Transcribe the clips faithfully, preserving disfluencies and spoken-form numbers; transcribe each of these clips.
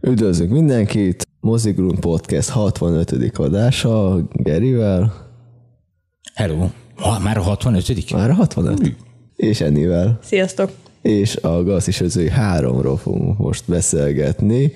Üdvözlünk mindenkit! Mozigrund Podcast hatvanötödik adása Gerivel. Hello! Ha, már a hatvanötödik? Már a hatvanöt. És Ennivel. Sziasztok! És a Galaxis Őrzői háromról fogunk most beszélgetni.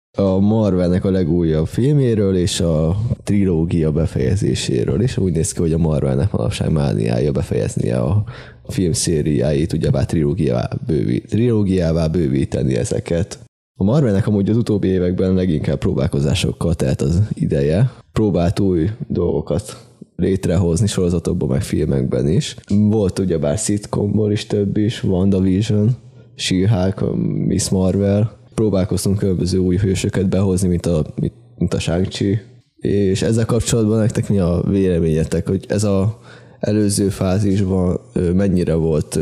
A Marvelnek a legújabb filméről és a trilógia befejezéséről. És úgy néz ki, hogy a Marvelnek manapság mániája befejeznie a filmszériáit, ugyebár trilógiává, bőví, trilógiává bővíteni ezeket. A Marvelnek amúgy az utóbbi években leginkább próbálkozásokkal telt az ideje. Próbált új dolgokat létrehozni sorozatokban, meg filmekben is. Volt ugyebár szitkomból is több is, WandaVision, She-Hulk, Miss Marvel. Próbálkoztunk különböző új hősöket behozni, mint a, mint a Shang-Chi. És ezzel kapcsolatban nektek mi a véleményetek, hogy ez az előző fázisban mennyire volt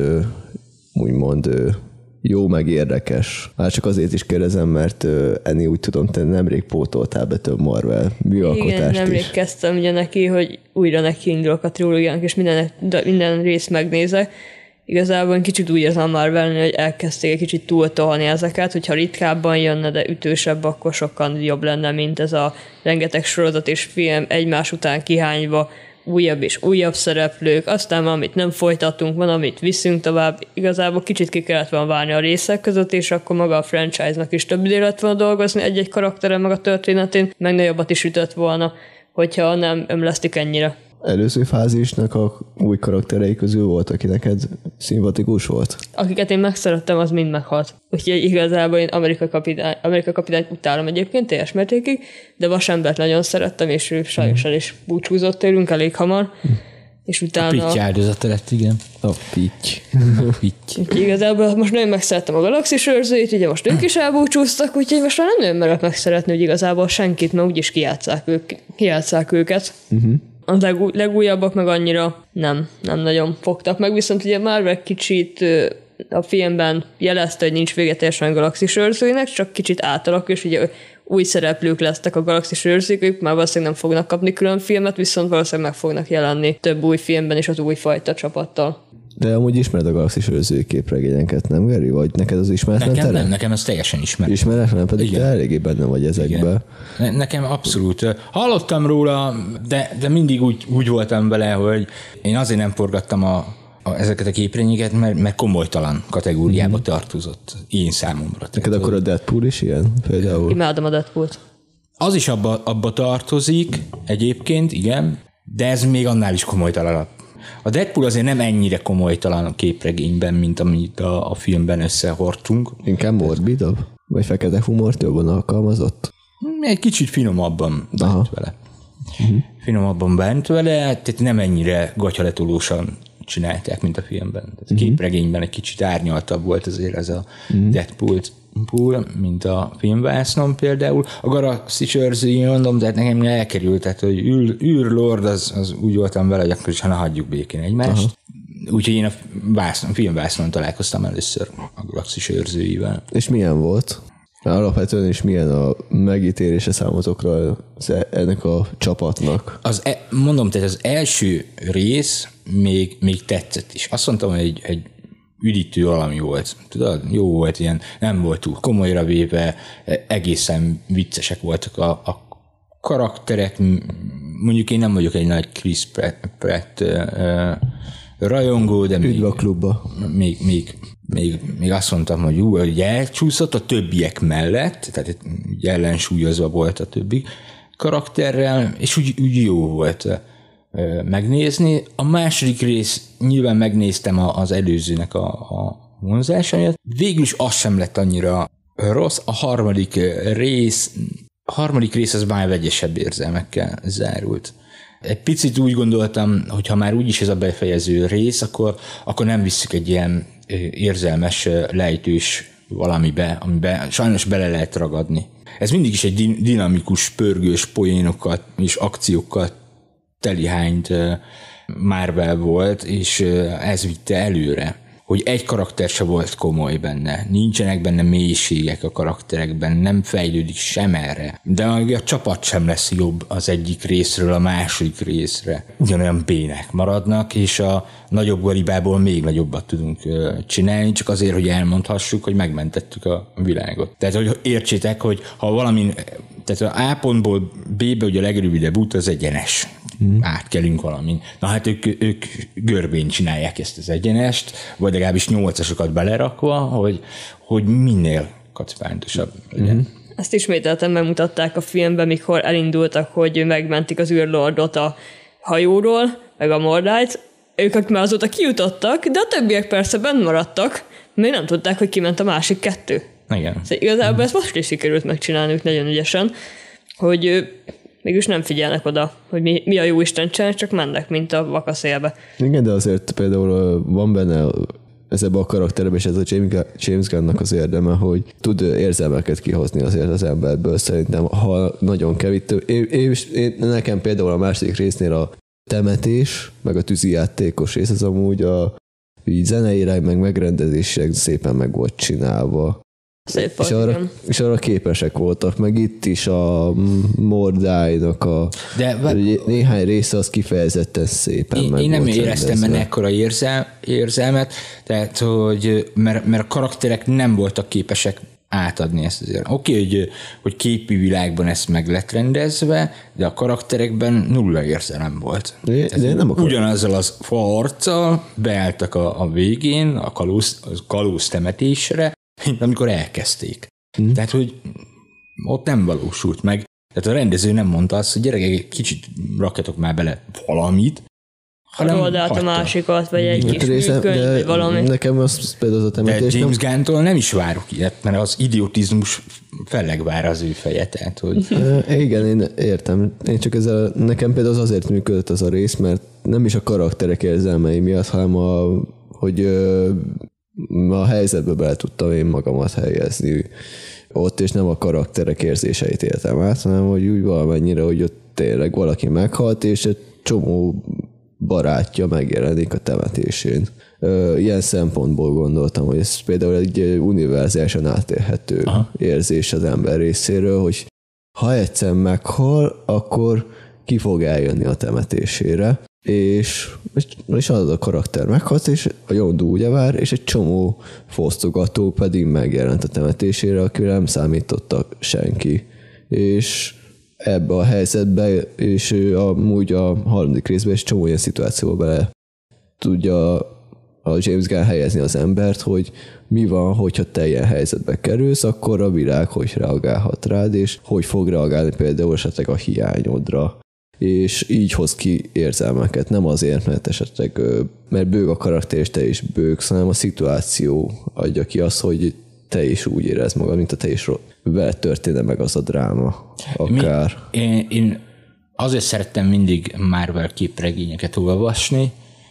úgymond jó, meg érdekes. Már csak azért is kérdezem, mert Enni, úgy tudom, te nemrég pótoltál be több Marvel műalkotást. Igen, nemrég is. kezdtem ugye neki, hogy újra neki indulok a trilógiának, és minden, minden részt megnézek. Igazából kicsit úgy érzem Marvelnél, hogy elkezdték egy kicsit túltolni ezeket, hogyha ritkábban jönne, de ütősebb, akkor sokkal jobb lenne, mint ez a rengeteg sorozat és film egymás után kihányva, újabb és újabb szereplők, aztán van, amit nem folytatunk, van, amit viszünk tovább. Igazából kicsit ki kellett volna várni a részek között, és akkor maga a franchise-nak is több idő lett volna dolgozni egy-egy karakteren, meg a történetén, meg nagyobbat is ütött volna, hogyha nem ömlesztik ennyire. Előző fázisnak a új karakterei közül volt, aki neked szimpatikus volt? Akiket én megszerettem, az mind meghalt. Úgyhogy igazából én Amerika kapitány, Amerika kapitányt utálom egyébként teljes mértékig, de Vasembert nagyon szerettem, és ő sajnos el is búcsúzott tőlünk elég hamar. És utána... A pitty áldozata lett, igen. A pitty. A pitty. Úgyhogy igazából most nagyon megszerettem a Galaxis Őrzőit, ugye most ők is elbúcsúztak, úgyhogy most már nem nagyon merek megszeretni, hogy igazából senkit, mert úgyis kijátszák, ők, kijátszák őket. Uh-huh. A legúj, legújabbak meg annyira nem, nem nagyon fogtak meg, viszont ugye Marvel kicsit a filmben jelezte, hogy nincs vége teljesen a Galaxis Őrzőinek, csak kicsit átalakul, és ugye új szereplők lesznek a Galaxis Őrzők, ők már valószínűleg nem fognak kapni külön filmet, viszont valószínűleg meg fognak jelenni több új filmben és az újfajta csapattal. De amúgy ismered a Galaxis Őrzői képregényeket, nem Geri? Vagy neked az ismeretlen Nekem terem? nem, nekem ez teljesen ismert. Ismeretlen, pedig te eléggé benne vagy ezekben. Ne, nekem abszolút. Hallottam róla, de, de mindig úgy, úgy voltam vele, hogy én azért nem forgattam a, a, ezeket a képregényeket, mert, mert komolytalan kategóriába mm. tartozott. Én számomra. Neked akkor a Deadpool is ilyen? Például? Imádom a Deadpoolt. Az is abba, abba tartozik egyébként, igen, de ez még annál is komolytalanabb. A Deadpool azért nem ennyire komolytalan a képregényben, mint amit a, a filmben összehordtunk. Inkább morbidabb? Vagy fekete humort jobban alkalmazott? Egy kicsit finomabban bent Aha. vele. Uh-huh. Finomabban bent vele, tehát nem ennyire gatyaletolósan csinálták, mint a filmben. Tehát uh-huh. A képregényben egy kicsit árnyaltabb volt azért ez a uh-huh. Deadpool, mint a filmvásznon például. A Galaxis Őrzői, mondom, tehát nekem elkerült, tehát hogy űr, űrlord, az, az úgy voltam vele, hogy akkor is, ha ne hagyjuk békén egymást. Úgyhogy én a, vásznon, a filmvásznon találkoztam először a Galaxis Őrzőivel. És milyen volt? Alapvetően is milyen a megítélése számotokra ennek a csapatnak? Az, mondom, tehát az első rész még, még tetszett is. Azt mondtam, hogy egy, egy üdítő valami volt. Tudod, jó volt, ilyen nem volt túl komolyra véve, egészen viccesek voltak a, a karakterek. Mondjuk én nem vagyok egy nagy Chris Pratt, Pratt uh, rajongó, de még, a klubba. Még, még, még, még azt mondtam, hogy jó, hogy elcsúszott a többiek mellett, tehát ellensúlyozva volt a többi karakterrel, és úgy, úgy jó volt megnézni. A második rész nyilván megnéztem az előzőnek a, a vonzása miatt. Végül is az sem lett annyira rossz. A harmadik rész, a harmadik rész az már vegyesebb érzelmekkel zárult. Egy picit úgy gondoltam, hogy ha már úgyis ez a befejező rész, akkor, akkor nem visszük egy ilyen érzelmes, lejtős valamibe, amiben sajnos bele lehet ragadni. Ez mindig is egy dinamikus, pörgős poénokat és akciókat telihányt Marvel volt, és ez vitte előre. hogy egy karakter se volt komoly benne, nincsenek benne mélységek a karakterekben, nem fejlődik sem erre. De a csapat sem lesz jobb az egyik részről a második részre. Ugyanolyan bének maradnak, és a nagyobb galibából még nagyobbat tudunk csinálni, csak azért, hogy elmondhassuk, hogy megmentettük a világot. Tehát, hogy értsétek, hogy ha valamin, tehát a A pontból B-be ugye a legrövidebb út az egyenes. Hmm. Átkelünk valamin. Na hát ők, ők görbén csinálják ezt az egyenest, vagy legalábbis nyolcasokat belerakva, hogy, hogy minél kacpántosabb legyen. Hmm. Ezt ismételten bemutatták a filmben, mikor elindultak, hogy megmentik az űrlordot a hajóról, meg a Mordájt. Ők már azóta kijutottak, de a többiek persze benn maradtak, még nem tudták, hogy kiment a másik kettő. Igen. Szóval igazából ezt most is sikerült megcsinálniuk nagyon ügyesen, hogy mégis nem figyelnek oda, hogy mi, mi a jó Isten csinál, csak mennek, mint a vakaszélbe. Igen, de azért például van benne ez ebben a karakterben, és ez a James Gunnnak az érdeme, hogy tud érzelmeket kihozni azért az emberből, szerintem, ha nagyon kevés. Én, én, én, nekem például a második résznél a temetés, meg a tűzijátékos rész, az amúgy a zeneirány, meg megrendezések szépen meg volt csinálva. Szép és, arra, és arra képesek voltak, meg itt is a Mordájnak a de, néhány része az kifejezetten szépen én, meg én nem volt éreztem benne ekkora érzel, érzelmet, tehát, hogy mert, mert a karakterek nem voltak képesek átadni ezt az érzelmet. Oké, hogy, hogy képi világban ezt meg lett rendezve, de a karakterekben nulla érzelem volt. De, de nem akar... Ugyanazzal az farccal beálltak a, a végén a kalóz, a kalóz temetésre, mint amikor elkezdték. Hmm. Tehát, hogy ott nem valósult meg. Tehát a rendező nem mondta azt, hogy gyerekek, egy kicsit rakjatok már bele valamit, hanem hagyta. A másikat, vagy egy kis műkönyv, vagy valami. Nekem az például az a temetés. De James Gunn-tól nem is várok ilyet, mert az idiotizmus fellegvár az ő feje. Tehát, hogy... Igen, én értem. Én csak ezzel, nekem például az azért működött az a rész, mert nem is a karakterek érzelmei miatt, hanem a, hogy a helyzetbe bele tudtam én magamat helyezni ott, és nem a karakterek érzéseit éltem át, hanem hogy úgy valamennyire, hogy ott tényleg valaki meghalt, és egy csomó barátja megjelenik a temetésén. Ilyen szempontból gondoltam, hogy ez például egy univerzálisan átélhető Aha. érzés az ember részéről, hogy ha egyszer meghal, akkor ki fog eljönni a temetésére, és, és az a karakter meghalt, és a Yondu ugye vár, és egy csomó fosztogató pedig megjelent a temetésére, akire nem számítottak senki. És ebbe a helyzetbe, és amúgy a harmadik részben is csomó ilyen szituációba bele tudja a James Gunn helyezni az embert, hogy mi van, hogyha te ilyen helyzetbe kerülsz, akkor a világ hogy reagálhat rád, és hogy fog reagálni például esetleg a hiányodra. És így hoz ki érzelmeket. Nem azért, mert esetleg mert bőg a karakter, és te is bőgsz, hanem a szituáció adja ki azt, hogy te is úgy érezd magad, mint a te is veled történne meg az a dráma. Akár. Mi, én, én azért szerettem mindig Marvel képregényeket olvasni,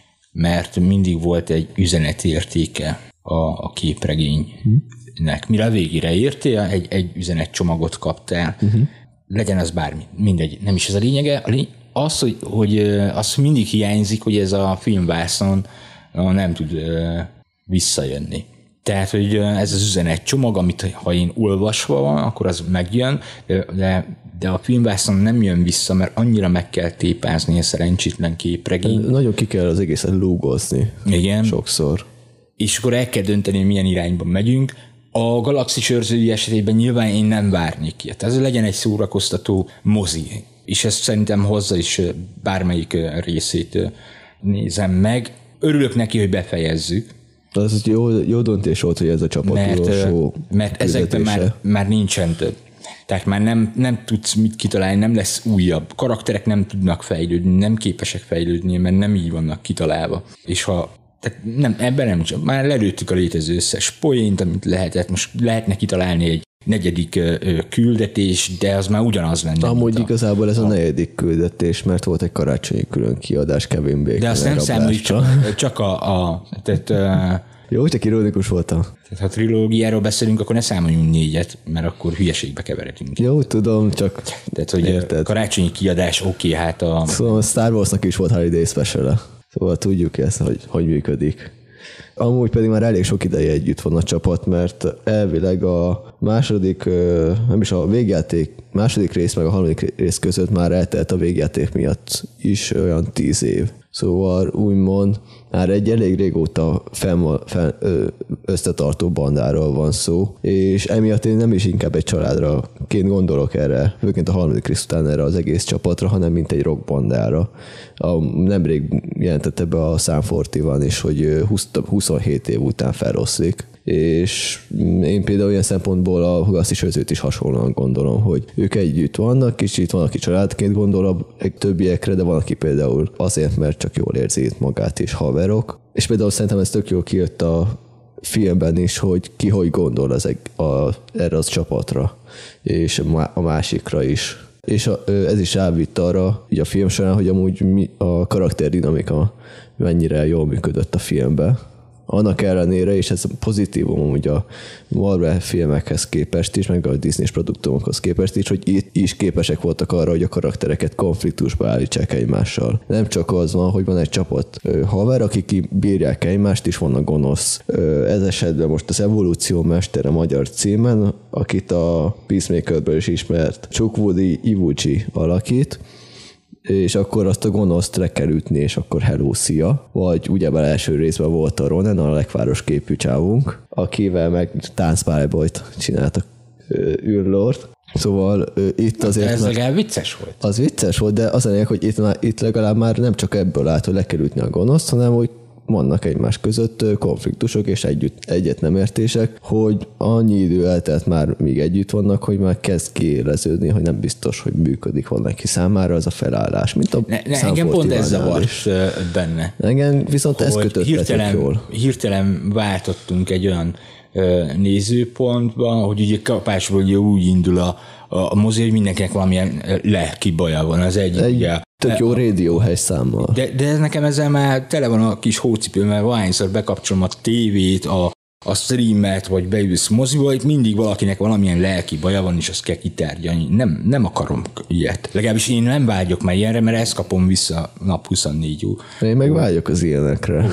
mert mindig volt egy üzenetértéke a, a képregénynek. Mire a végére értél, egy, egy üzenetcsomagot kaptál. Uh-huh. Legyen az bármi, mindegy, nem is ez a lényege. A lény, az, hogy, hogy az mindig hiányzik, hogy ez a filmvászon nem tud visszajönni. Tehát, hogy ez az üzenetcsomag, amit ha én olvasva van, akkor az megjön, de, de a filmvászon nem jön vissza, mert annyira meg kell tépázni a szerencsétlen képregény. Nagyon ki kell az egészet lúgozni. Igen. Sokszor. És akkor el kell dönteni, hogy milyen irányba megyünk. A Galaxis őrzői esetében nyilván én nem várnék ilyet. Ez legyen egy szórakoztató mozi. És ezt szerintem hozza is bármelyik részét nézem meg. Örülök neki, hogy befejezzük. Az jó, jó döntés volt, hogy ez a csapat mert, utolsó mert ezekben már, már nincsen több. Tehát már nem, nem tudsz mit kitalálni, nem lesz újabb. Karakterek nem tudnak fejlődni, nem képesek fejlődni, mert nem így vannak kitalálva. És ha tehát nem, ebben nem csak, már lelőttük a létező összes poént, amit lehetett, most lehetne kitalálni egy negyedik ö, küldetés, de az már ugyanaz lenne. Amúgy igazából ez a, a negyedik küldetés, mert volt egy karácsonyi külön kiadás Kevin Bacon. De azt nem számoljuk, csak, csak a... a tehát, uh, jó, csak ironikus voltam. Tehát ha trilógiáról beszélünk, akkor ne számoljunk négyet, mert akkor hülyeségbe keveredünk. Jó, tudom, csak tehát, hogy érted. Karácsonyi kiadás, oké, okay, hát a... Szóval a Star Warsnak is volt Holiday Special-e. Szóval tudjuk ezt, hogy hogy működik. Amúgy pedig már elég sok ideje együtt van a csapat, mert elvileg a második, nem is a végjáték, második rész meg a harmadik rész között már eltelt a végjáték miatt is olyan tíz év. Szóval úgymond már egy elég régóta fenn, fenn, összetartó bandáról van szó, és emiatt én nem is inkább egy családra ként gondolok erre, főként a harmadik rész után erre az egész csapatra, hanem mint egy rockbandára. A, nemrég jelentette be a Sum negyven is, hogy huszonhét év után feloszlik, és én például olyan szempontból a Galaxis Őrzőt is hasonlóan gondolom, hogy ők együtt vannak, kicsit van, aki családként gondol a többiekre, de van, aki például azért, mert csak jól érzi itt magát és haverok. És például szerintem ez tök jól kijött a filmben is, hogy ki hogy gondol ezek a, erre az csapatra, és a másikra is. És a, ez is rávitt arra, így a film során, hogy amúgy mi, a karakterdinamika mennyire jól működött a filmben. Annak ellenére, és ez pozitívum amúgy a Marvel filmekhez képest is, meg a Disney produktumokhoz képest is, hogy itt is képesek voltak arra, hogy a karaktereket konfliktusba állítsák egymással. Nem csak az van, hogy van egy csapat ö, haver, akik bírják egymást, is vannak gonosz. Ö, ez esetben most az Evolúció mestere magyar címen, akit a Peacemakerből is ismert Chukwudi Iwuji alakít, és akkor azt a gonoszt le kell ütni, és akkor hello, szia. Vagy ugyebár első részben volt a Ronan, a lekváros képű csávunk, akivel meg táncpályabajt csináltak űrlord. Szóval ö, itt azért... Ez legalább vicces volt. Az vicces volt, de az a lényeg, hogy itt, már, itt legalább már nem csak ebből állt, hogy le kell ütni a gonoszt, hanem hogy vannak egymás között konfliktusok és együtt, egyet nem értések, hogy annyi idő eltelt már, míg együtt vannak, hogy már kezd kiéleződni, hogy nem biztos, hogy működik valaki számára az a felállás, mint a ne, ne, engem pont ez zavart benne. Engem viszont ez kötöttetek jól. Hirtelen váltottunk egy olyan ö, nézőpontba, hogy ugye kapásból ugye úgy indul a, a mozi, hogy mindenkinek valamilyen lelki baja van. Az egyik egy ugye tök jó rádióhely számmal. De, de ez nekem ezzel már tele van a kis hócipő, mert valahányszor bekapcsolom a tévét, a, a streamet, vagy beülsz moziba, itt mindig valakinek valamilyen lelki baja van, és azt kell kitárgyalni. Nem, nem akarom ilyet. Legalábbis én nem vágyok már ilyenre, mert ezt kapom vissza nap huszonnégy óra. Én meg vágyok az ilyenekre.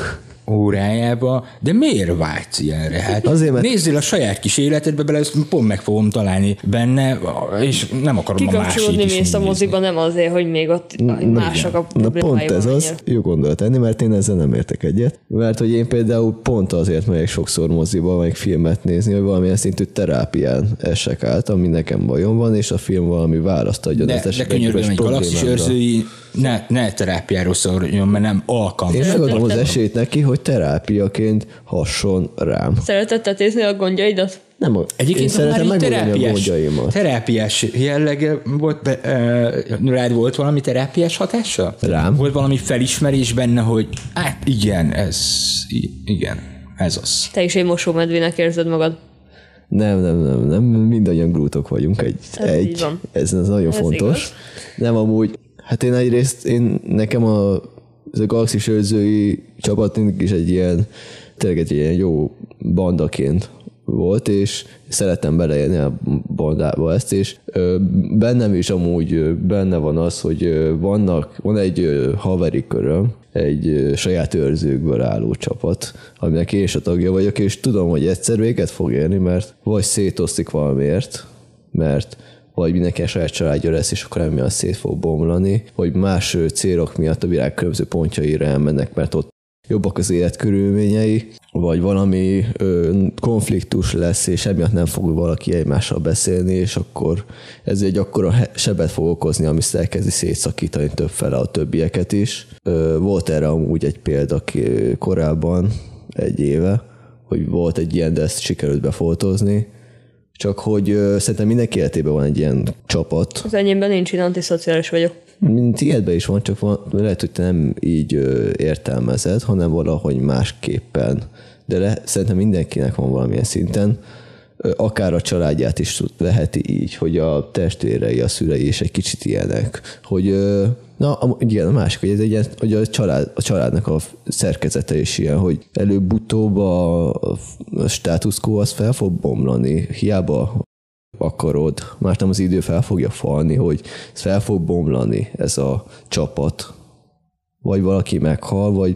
Órájába, de miért vágysz ilyenre? Hát azért, mert... nézzél a saját kis életedbe bele, ezt pont meg fogom találni benne, és nem akarom a másit is. Kikapcsolódni mész a moziba, nem azért, hogy még ott mások a problémája. Na pont ez az, jó gondolat enni, mert én ezzel nem értek egyet. Mert hogy én például pont azért megyek sokszor moziba, meg filmet nézni, hogy valamilyen szintű terápián esek át, ami nekem bajom van, és a film valami választ adjon. De, de könyörgöm, egy Galaxis Őrzői ne, ne terápiáról szóljon, mert nem alkalmas. Én megadom az esélyt neki, hogy terápiaként hasson rám. Szeretettel tézni a gondjaidat? Nem, én szeretem megoldani a gondjaimat. Terápiás jellege volt, be, e, rád volt valami terápiás hatása? Rám? Volt valami felismerés benne, hogy hát igen, ez, igen, ez az. Te is egy mosómedvének érzed magad. Nem, nem, nem, nem, mindannyian grútok vagyunk egy. Ez egy. így van. Ez, ez nagyon ez fontos. Igaz. Nem amúgy, hát én egyrészt, én, nekem a, ez a Galaxis Őrzői csapat is egy ilyen, tényleg egy ilyen jó bandaként volt, és szerettem beleérni a bandába ezt, és ö, bennem is amúgy ö, benne van az, hogy ö, vannak, van egy ö, haveri köröm, egy ö, saját őrzőkből álló csapat, aminek én is a tagja vagyok, és tudom, hogy egyszer véget fog érni, mert vagy szétosztik valamiért, mert vagy mindenki a saját családja lesz, és akkor emiatt szét fog bomlani, vagy más ö, célok miatt a világ különböző pontjaira elmennek, mert ott jobbak az életkörülményei, vagy valami ö, konfliktus lesz, és emiatt nem fog valaki egymással beszélni, és akkor ez egy akkora sebet fog okozni, ami elkezdi szétszakítani többfele a többieket is. Ö, volt erre amúgy egy példa korábban, egy éve, hogy volt egy ilyen, de ezt sikerült befoltozni, csak hogy ö, szerintem mindenki életében van egy ilyen csapat. Az enyémben nincs, én antiszociális vagyok. Mint ilyetben is van, csak van, lehet, hogy te nem így ö, értelmezed, hanem valahogy másképpen. De le, szerintem mindenkinek van valamilyen szinten. Ö, akár a családját is leheti így, hogy a testvérei, a szülei is egy kicsit ilyenek. Hogy, ö, na, a, igen, a másik, hogy, ez egy ilyen, hogy a, család, a családnak a szerkezete is ilyen, hogy előbb-utóbb a, a status quo az fel fog bomlani. Hiába akarod, már nem az idő fel fogja falni, hogy ez fel fog bomlani, ez a csapat. Vagy valaki meghal, vagy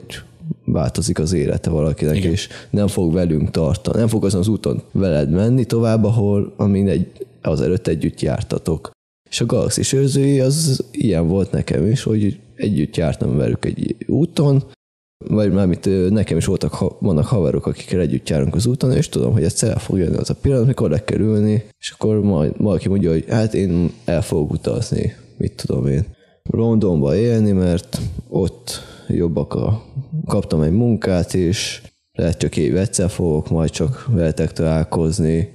változik az élete valakinek, igen. És nem fog velünk tartani, nem fog azon az úton veled menni tovább, ahol amin egy, az előtt együtt jártatok. És a Galaxis őrzői az ilyen volt nekem is, hogy együtt jártam velük egy úton, vagy mármint nekem is voltak, vannak haverok, akikkel együtt járunk az úton, és tudom, hogy egyszer el fog jönni az a pillanat, mikor le kell ülni, és akkor majd valaki mondja, hogy hát én el fogok utazni, mit tudom én, Londonba élni, mert ott jobbak a... kaptam egy munkát, és lehet csak év egyszer fogok majd csak veletek találkozni,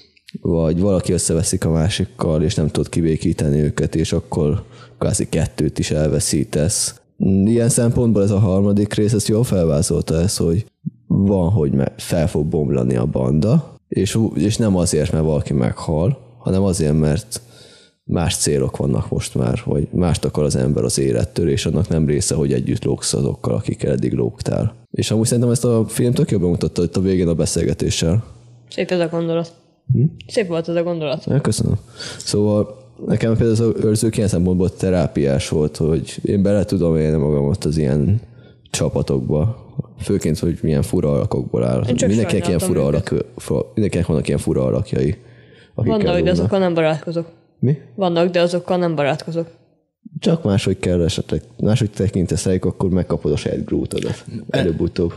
vagy valaki összeveszik a másikkal, és nem tud kibékíteni őket, és akkor kvázi kettőt is elveszítesz. Ilyen szempontból ez a harmadik rész, ezt jól felvázolta ezt, hogy van, hogy fel fog bomlani a banda, és, és nem azért, mert valaki meghal, hanem azért, mert más célok vannak most már, vagy mást akar az ember az élettől, és annak nem része, hogy együtt lógsz azokkal, akikkel eddig lógtál. És amúgy szerintem ezt a film tök jobban mutatta itt a végén a beszélgetéssel. Szép ez a gondolat. Hm? Szép volt ez a gondolat. Ja, köszönöm. Szóval nekem például az őrzők ilyen szempontból terápiás volt, hogy én bele tudom élni magamat az ilyen csapatokba. Főként, hogy milyen fura alakokból áll. Mindenkinek ilyen fura alak, mindenkinek vannak ilyen fura alakjai. Vannak, de azokkal nem barátkozok. Mi? Vannak, de azokkal nem barátkozok. Csak máshogy kell esetleg, máshogy tekintesz rájuk, akkor megkapod a saját grútodat. Előbb-utóbb.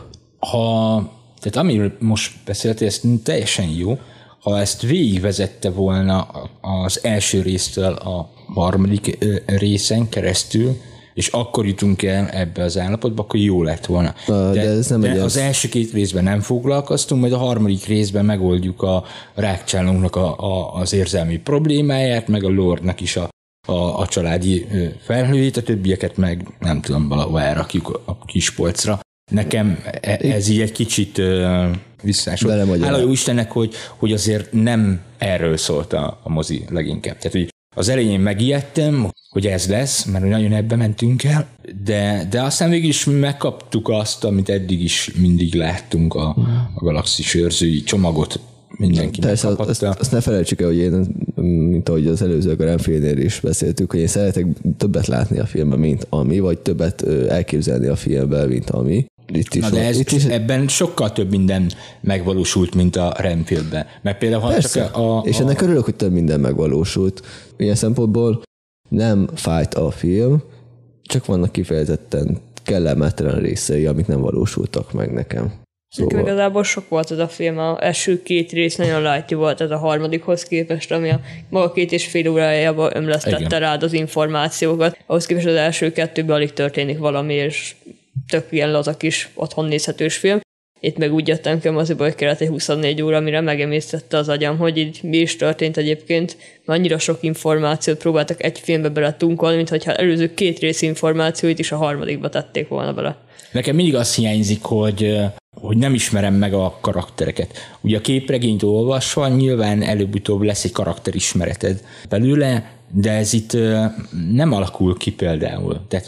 Ha, tehát amiről most beszéltél, ez teljesen jó. Ha ezt végigvezette volna az első résztől a harmadik részen keresztül, és akkor jutunk el ebbe az állapotba, akkor jó lett volna. De, de, ez nem de az első két részben nem foglalkoztunk, majd a harmadik részben megoldjuk a rákcsálónknak a, a, az érzelmi problémáját, meg a Lordnak is a, a, a családi felhőjét, a többieket meg nem tudom, valahol elrakjuk a kispolcra. Nekem ez így egy kicsit uh, visszásod. Hála jó Istennek, hogy, hogy azért nem erről szólt a, a mozi leginkább. Tehát, hogy az elején megijedtem, hogy ez lesz, mert nagyon ebbe mentünk el, de, de aztán végül is megkaptuk azt, amit eddig is mindig láttunk, a, a Galaxis őrzői csomagot. Mindenki Persze, megkaphatta. Azt, azt ne felejtsük el, hogy én, mint ahogy az előző a Grenfélnél is beszéltük, hogy én szeretek többet látni a filmben, mint ami, vagy többet elképzelni a filmben, mint ami. Itt is Na de ez, itt is... ebben sokkal több minden megvalósult, mint a Renfieldben. Mert például ha Persze, csak a, a... és ennek örülök, hogy több minden megvalósult. Ilyen szempontból nem fájt a film, csak vannak kifejezetten kellemetlen részei, amik nem valósultak meg nekem. Szóval... Nekem igazából sok volt ez a film, az első két rész nagyon lightjú volt ez a harmadikhoz képest, ami a maga két és fél órájában ömlesztette rád az információkat. Ahhoz képest az első kettőben alig történik valami, és tök ilyen lazak is otthon nézhetős film. Itt meg úgy jöttem ki, azért, hogy kellett egy huszonnégy óra, amire megemésztette az agyam, hogy így mi is történt egyébként. Annyira sok információt próbáltak egy filmbe bele tunkolni, mintha előző két rész információit is a harmadikba tették volna bele. Nekem mindig azt hiányzik, hogy, hogy nem ismerem meg a karaktereket. Ugye a képregényt olvasva nyilván előbb-utóbb lesz egy karakterismereted belőle, de ez itt nem alakul ki például. Tehát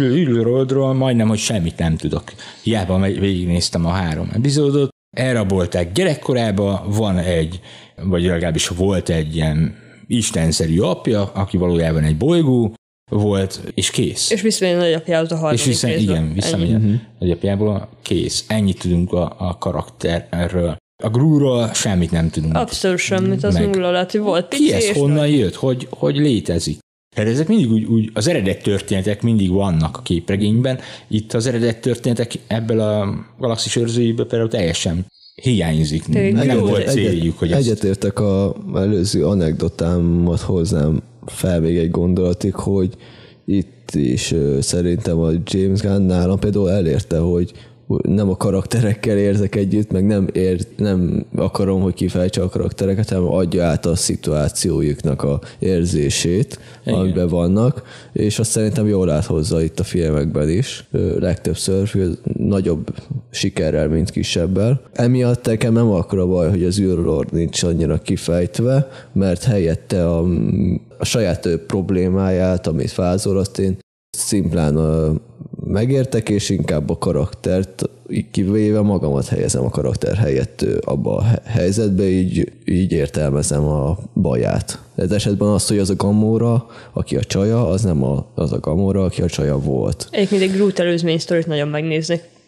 ülőről majdnem, hogy semmit nem tudok. Hiába végignéztem a három epizódot. Elrabolták gyerekkorában, van egy, vagy legalábbis volt egy ilyen istenszerű apja, aki valójában egy bolygó volt, és kész. És visszamegy a nagyapjához a harmadik és vissza, részben. Igen, visszamegy a nagyapjából, kész. Ennyit tudunk a, a karakterről. A Grúról semmit nem tudunk. Abszolút semmit, az meg. Nulla lett, hogy volt pici. Ki ez honnan jött, hogy, hogy létezik? Tehát ezek mindig úgy, úgy, az eredet történetek mindig vannak a képregényben, itt az eredet történetek ebből a Galaxis őrzőjében például teljesen hiányzik. Tényleg. Nem egyet, volt céljuk, hogy ezt... Egyetértek az előző anekdotámat hozzám fel még egy gondolatig, hogy itt is szerintem a James Gunn nálam például elérte, hogy nem a karakterekkel érzek együtt, meg nem, ér, nem akarom, hogy kifejtse a karaktereket, hanem adja át a szituációjuknak a érzését, igen, amiben vannak, és azt szerintem jól áthozza itt a filmekben is, legtöbbször, nagyobb sikerrel, mint kisebbel. Emiatt nekem nem akkora baj, hogy az űrlord nincs annyira kifejtve, mert helyette a, a saját problémáját, amit vázol, azt én szimplán a megértek, és inkább a karaktert, kivéve magamat helyezem a karakter helyett abba a helyzetbe, így, így értelmezem a baját. Ez esetben azt, hogy az a Gamora, aki a csaja, az nem a, az a Gamora, aki a csaja volt. Egyébként egy Groot előzmény sztorit nagyon megnézni.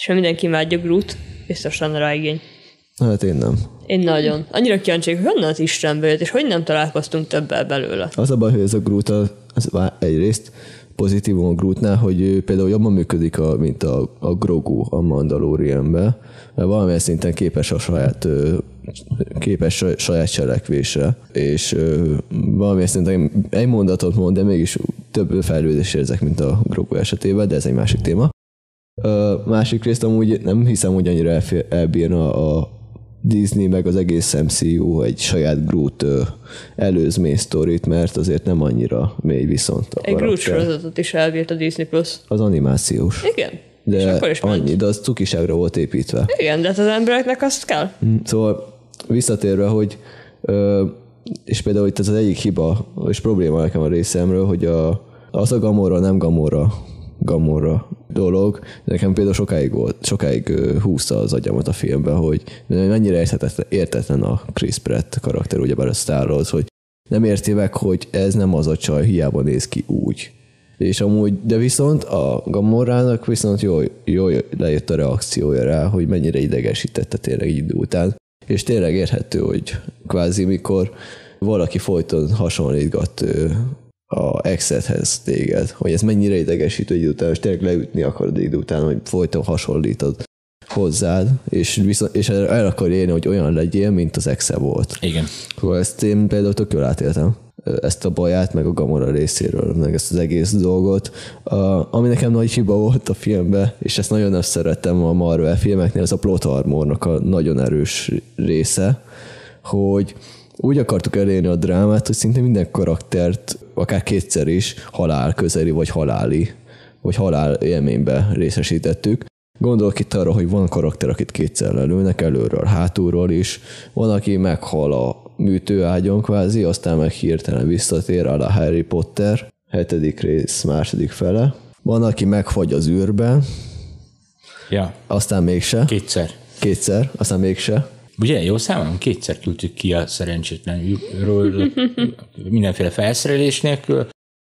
És ha mindenki imádja Groot, biztos lenne rá igény. Hát én nem. Én nagyon. Annyira kíváncsi, hogy honnan az Istenből jött, és hogy nem találkoztunk többel belőle. Az a baj, hogy ez a Groot az, az egyrészt pozitívum a Grootnál, hogy ő például jobban működik, a, mint a, a Grogu a Mandalorianben, mert valamilyen szinten képes a saját képes saját cselekvésre, és valamilyen szinten egy mondatot mond, de mégis több fejlődést érzek, mint a Grogu esetében, de ez egy másik téma. A másik részt amúgy nem hiszem, hogy annyira elbírna a Disney meg az egész em cé u egy saját Groot előzmény sztorit, mert azért nem annyira mély viszont a egy Groot sorozatot is elbírt a Disney Plus. Az animációs. Igen. De annyi, de az cukiságra volt építve. Igen, de hát az embereknek azt kell. Szóval visszatérve, hogy és például itt ez az egyik hiba, és probléma nekem a részemről, hogy a, az a Gamora, nem Gamora, Gamora dolog, nekem például sokáig volt, sokáig húzta az agyamat a filmben, hogy mennyire értetlen, értetlen a Chris Pratt karakter, ugyebár a Star-Wars, hogy nem érti meg, hogy ez nem az a csaj, hiába néz ki úgy. És amúgy, de viszont a Gamorának viszont jól, jól lejött a reakciója rá, hogy mennyire idegesítette tényleg idő után. És tényleg érhető, hogy kvázi mikor valaki folyton hasonlítgat a exedhez téged, hogy ez mennyire idegesítő idő után, és tényleg leütni akarod idő után, hogy folyton hasonlítod hozzád, és, viszont, és el akar érni, hogy olyan legyél, mint az exe volt. Igen. Szóval ezt én például tök jól átéltem. Ezt a baját, meg a Gamora részéről, meg ezt az egész dolgot. A, ami nekem nagy hiba volt a filmben, és ezt nagyon nem szerettem a Marvel filmeknél, az a plot armornak a nagyon erős része, hogy úgy akartuk elérni a drámát, hogy szinte minden karaktert, akár kétszer is halál közeli, vagy haláli, vagy halál élménybe részesítettük. Gondolok itt arra, hogy van karakter, akit kétszer lelőnek, előről, hátulról is. Van, aki meghal a műtőágyon kvázi, aztán meg hirtelen visszatér, a Harry Potter, hetedik rész, második fele. Van, aki megfagy az űrbe, ja. Aztán mégse. Kétszer. Kétszer, aztán mégse. Ugye, jó számom? Kétszer küldtük ki a szerencsétlen űrről mindenféle felszerelés nélkül,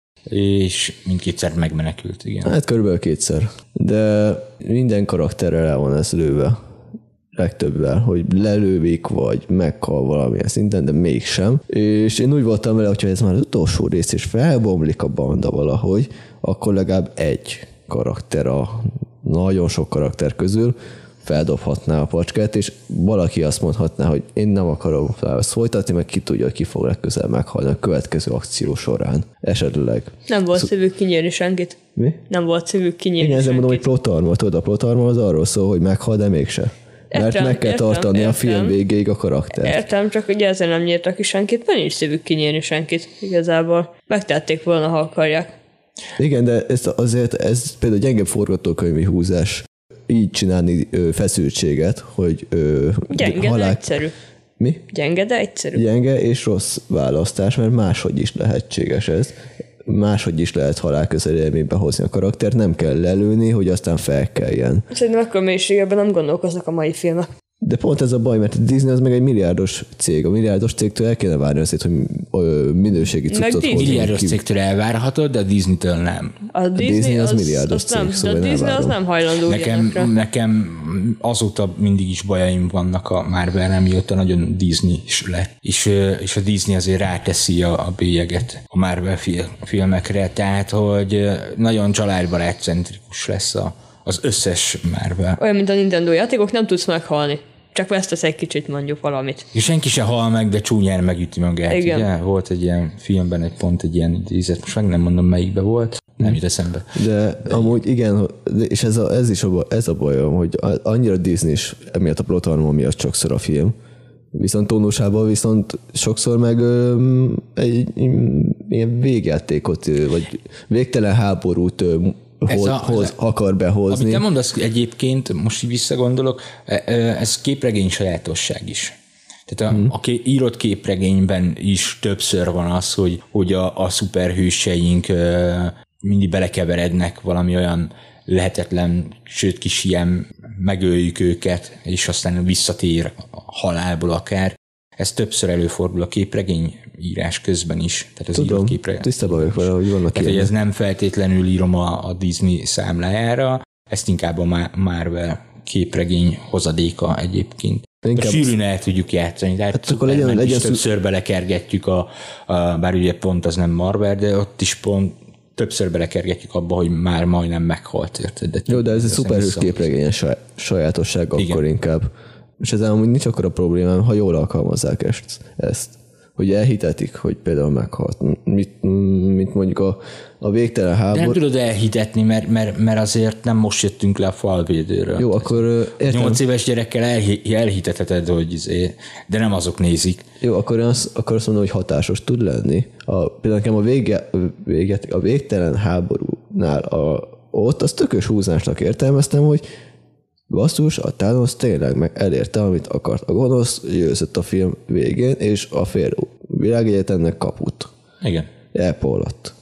és mindkétszer megmenekült, igen. Hát körülbelül kétszer. De minden karakterrel el van ez lőve. Legtöbbvel, hogy lelővik, vagy meghal valamilyen szinten, de mégsem. És én úgy voltam vele, hogyha ez már az utolsó rész, és felbomlik a banda valahogy, akkor legalább egy karakter a nagyon sok karakter közül feldobhatná a pacskát, és valaki azt mondhatná, hogy én nem akarom fel folytatni, meg ki tudja, hogy ki fog legközelebb meghalni a következő akció során. Esetleg. Nem volt szívük kinyírni senkit. Mi? Nem volt szívük kinyírni Igen, ezzel senkit. mondom, hogy plotarma, tudod, a plotarma az arról szól, hogy meghal, de mégse. Mert értem, meg kell értem, tartani értem. a film végéig a karaktert. Értem, csak ugye ezzel nem nyírtak ki senkit, mert nincs szívük kinyírni senkit igazából. Megtették volna, ha akarják. Igen, de ez azért ez például gyenge forgatókönyvi húzás. Így csinálni ö, feszültséget, hogy ö, Gyenge, halál... de egyszerű. Mi? Gyenge, de egyszerű. Gyenge és rossz választás, mert máshogy is lehetséges ez. Máshogy is lehet halálközeli élménybe hozni a karaktert, nem kell lelőni, hogy aztán felkeljen. Szerintem akkor mélységében nem gondolkoznak a mai filmek. De pont ez a baj, mert a Disney az meg egy milliárdos cég. A milliárdos cégtől el kéne várni azért, hogy minőségi cuccot hozzon. Milliárdos cégtől elvárhatod, de a Disney-től nem. A Disney, Disney az az milliárdos az nem, cég, szóval de a Disney az elvárom. nem hajlandó Nekem, ilyenekre. nekem azóta mindig is bajaim vannak a Marvel-re, mióta nagyon Disney is lett. És, és a Disney azért ráteszi a, a bélyeget a Marvel filmekre, tehát hogy nagyon családbarátcentrikus lesz a, az összes Marvel. Olyan, mint a Nintendo játékok, nem tudsz meghalni. Csak vesztesz egy kicsit, mondjuk valamit. És senki se hal meg, de csúnyán megüti magát. Igen. Ugye? Volt egy ilyen filmben egy pont egy ilyen idézet, most meg nem mondom melyikbe volt, nem jut eszembe. De amúgy igen, és ez, a, ez is a, baj, ez a bajom, hogy annyira Disney is emiatt a plotarma miatt sokszor a film. Viszont tónusában viszont sokszor meg ö, egy, egy ilyen végjátékot, vagy végtelen háborút ö, hoz, a, hoz, akar behozni. Amit te mondasz egyébként, most így visszagondolok, ez képregény sajátosság is. Tehát a, hmm. a ké, írott képregényben is többször van az, hogy, hogy a, a szuperhőseink mindig belekeverednek valami olyan lehetetlen, sőt kis ilyen megöljük őket, és aztán visszatér a halálból akár. Ez többször előfordul a képregény írás közben is. Tehát az Tudom, képregény. tisztában vagyok vele, hogy vannak Tehát, hogy ez nem feltétlenül írom a, a Disney számlájára. ezt inkább a Marvel képregény hozadéka egyébként. Inkább a sűrűn el tudjuk játszani, tehát hát akkor legyen, legyen is többször szü- belekergetjük, a, a, bár ugye pont az nem Marvel, de ott is pont többször belekergetjük abba, hogy már majdnem meghalt, érted? De jó, de ez egy szuperhős képregényes sajátosság igen. Akkor inkább. És ezzel amúgy nincs akkora problémám, ha jól alkalmazzák ezt. ezt. Hogy elhitetik, hogy például meghalt. Mit, mit mondjuk a, a végtelen háború... De nem tudod elhitetni, mert, mert, mert azért nem most jöttünk le a falvédőről. Jó, akkor értem. Nyolc éves gyerekkel elhi, elhitetheted, hogy izé, de nem azok nézik. Jó, akkor azt, akkor azt mondom, hogy hatásos tud lenni. A, például nekem a, vége, véget, a végtelen háborúnál a, ott az tökös húzásnak értelmeztem, hogy basszus, a Thanos tényleg meg elérte, amit akart. A gonosz győzött a film végén, és a fél világegyetemnek kaput. Igen. Elpollott.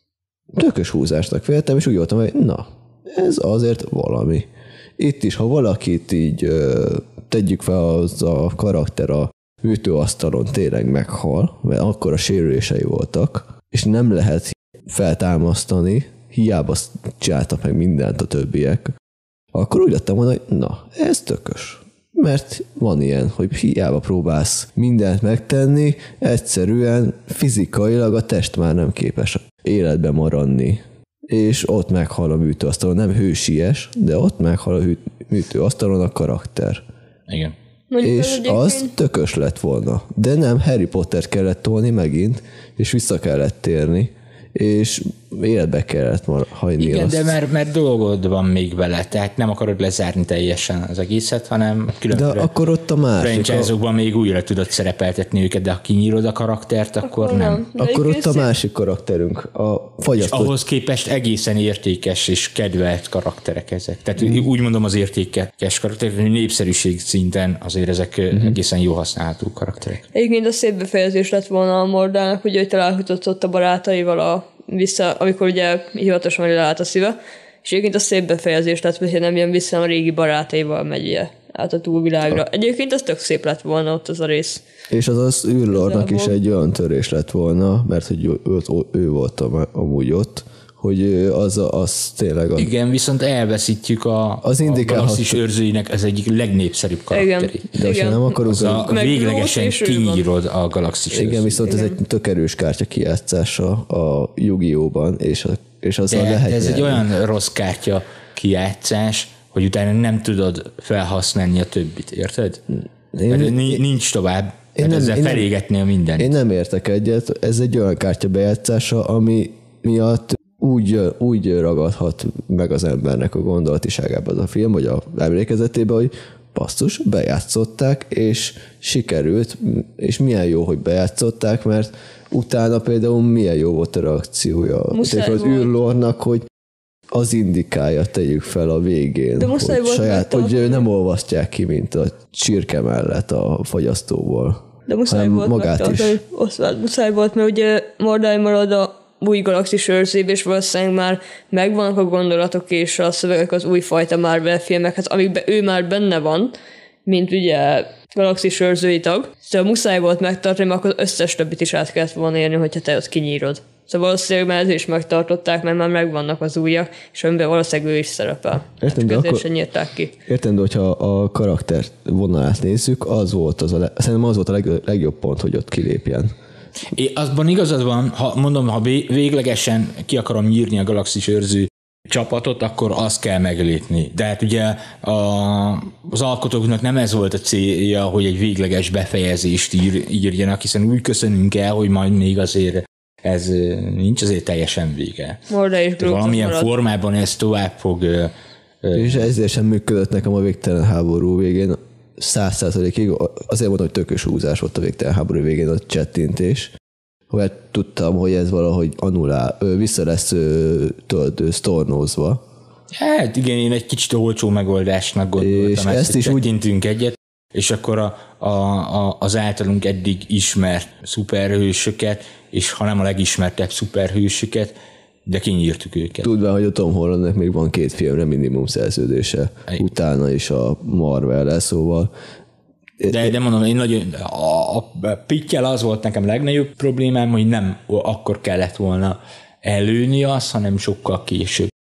Tökös húzásnak féltem, és úgy voltam, hogy na, ez azért valami. Itt is, ha valakit így ö, tegyük fel, az a karakter a műtőasztalon tényleg meghal, mert akkor a sérülései voltak, és nem lehet feltámasztani, hiába csináltak meg mindent a többiek, akkor úgy lettem volna, hogy na, ez tökös. Mert van ilyen, hogy hiába próbálsz mindent megtenni, egyszerűen fizikailag a test már nem képes életben maradni. És ott meghal a műtőasztalon, nem hősies, de ott meghal a műtőasztalon a karakter. Igen. Mondjuk és az tökös lett volna. De nem, Harry Pottert kellett tolni megint, és vissza kellett térni, és életbe kellett hagyni. Igen, azt. de mert, mert dolgod van még vele, tehát nem akarod lezárni teljesen az egészet, hanem különböző de akkor ott a másik. franchise-okban a... még újra tudod szerepeltetni őket, de ha kinyírod a karaktert, akkor, akkor nem. nem. Akkor ott a másik karakterünk, a fagyasztott. És ahhoz képest egészen értékes és kedvelt karakterek ezek. Tehát mm. úgy mondom az értékes karakterek, hogy népszerűség szinten azért ezek mm-hmm. egészen jó használható karakterek. Egyébként a szép befejezés lett volna a Mordának, ugye, hogy találkozott ott a barátaival a vissza, amikor ugye hivatalosan leállt a szíve, és egyébként a szép befejezés lett, hogy nem jön vissza, a régi barátaival megy át a túlvilágra. A... Egyébként az tök szép lett volna ott az a rész. És az az űrlordnak is egy olyan törés lett volna, mert hogy ő, ő volt amúgy ott, hogy az, az tényleg... A... Igen, viszont elveszítjük a, az a galaxis őrzőinek az egyik legnépszerűbb karakteri. De ha nem akarunk... A, a véglegesen kinyírod a galaxis Igen, őrzőt. Viszont igen. Ez egy tök erős kártya kijátszása a Yu-Gi-Oh-ban, és, a, és azzal de, lehet de ez nyerni. egy olyan rossz kártya kijátszás, hogy utána nem tudod felhasználni a többit, érted? Én, Mert én, nincs tovább. Én nem, ezzel felégetnél mindent. Én nem értek egyet. Ez egy olyan kártya bejátszása, ami miatt úgy, úgy ragadhat meg az embernek a gondolatiságában az a film, vagy a emlékezetében, hogy basszus, bejátszották, és sikerült, és milyen jó, hogy bejátszották, mert utána például milyen jó volt a reakciója az űrlordnak, hogy az indikálja, tegyük fel a végén, de hogy, saját, hogy nem olvasztják ki, mint a csirke mellett a fagyasztóból. De muszáj volt magát is. Oszváld, muszáj volt, mert ugye Mordály marad a új galaxis őrzébe, és valószínűleg már megvannak a gondolatok és a szövegek az újfajta Marvel filmekhez, amikben ő már benne van, mint ugye galaxis őrzői tag. Szóval muszáj volt megtartani, mert akkor az összes többit is át kellett volna érni, hogyha te ott kinyírod. Szóval valószínűleg már is megtartották, mert már megvannak az újak, és amiben valószínűleg ő is szerepel. Értem, de akkor, nyírták ki. Értem, de hogyha a karakter vonalát nézzük, az volt az a le, szerintem az volt a leg, legjobb pont, hogy ott kilépjen. É, azban igazad van, ha mondom, ha véglegesen ki akarom nyírni a galaxis őrző csapatot, akkor azt kell meglépni. De hát ugye a, az alkotóknak nem ez volt a célja, hogy egy végleges befejezést ír, írjanak, hiszen úgy köszönünk el, hogy majd még azért ez nincs azért teljesen vége. Valamilyen marad. Formában ez tovább fog... És ezért sem működött nekem a végtelen háború végén száz százalékig. Azért mondom, hogy tökös húzás volt a végtelen háború végén a csettintés. Mert tudtam, hogy ez valahogy annulál, vissza lesz töltő, sztornózva. Hát igen, én egy kicsit olcsó megoldásnak gondoltam. És ezt, ezt is úgy egyet, és akkor a, a, a, az általunk eddig ismert szuperhősöket, és ha nem a legismertebb szuperhősöket, de kinyírtuk őket. Tudván, hogy a Tom Hollandnek még van két filmre minimum szerződése, Egy. utána is a Marvel-el, szóval... De, de mondom, én nagyon, a, a Pittyel az volt nekem legnagyobb problémám, hogy nem akkor kellett volna előni azt, hanem sokkal később.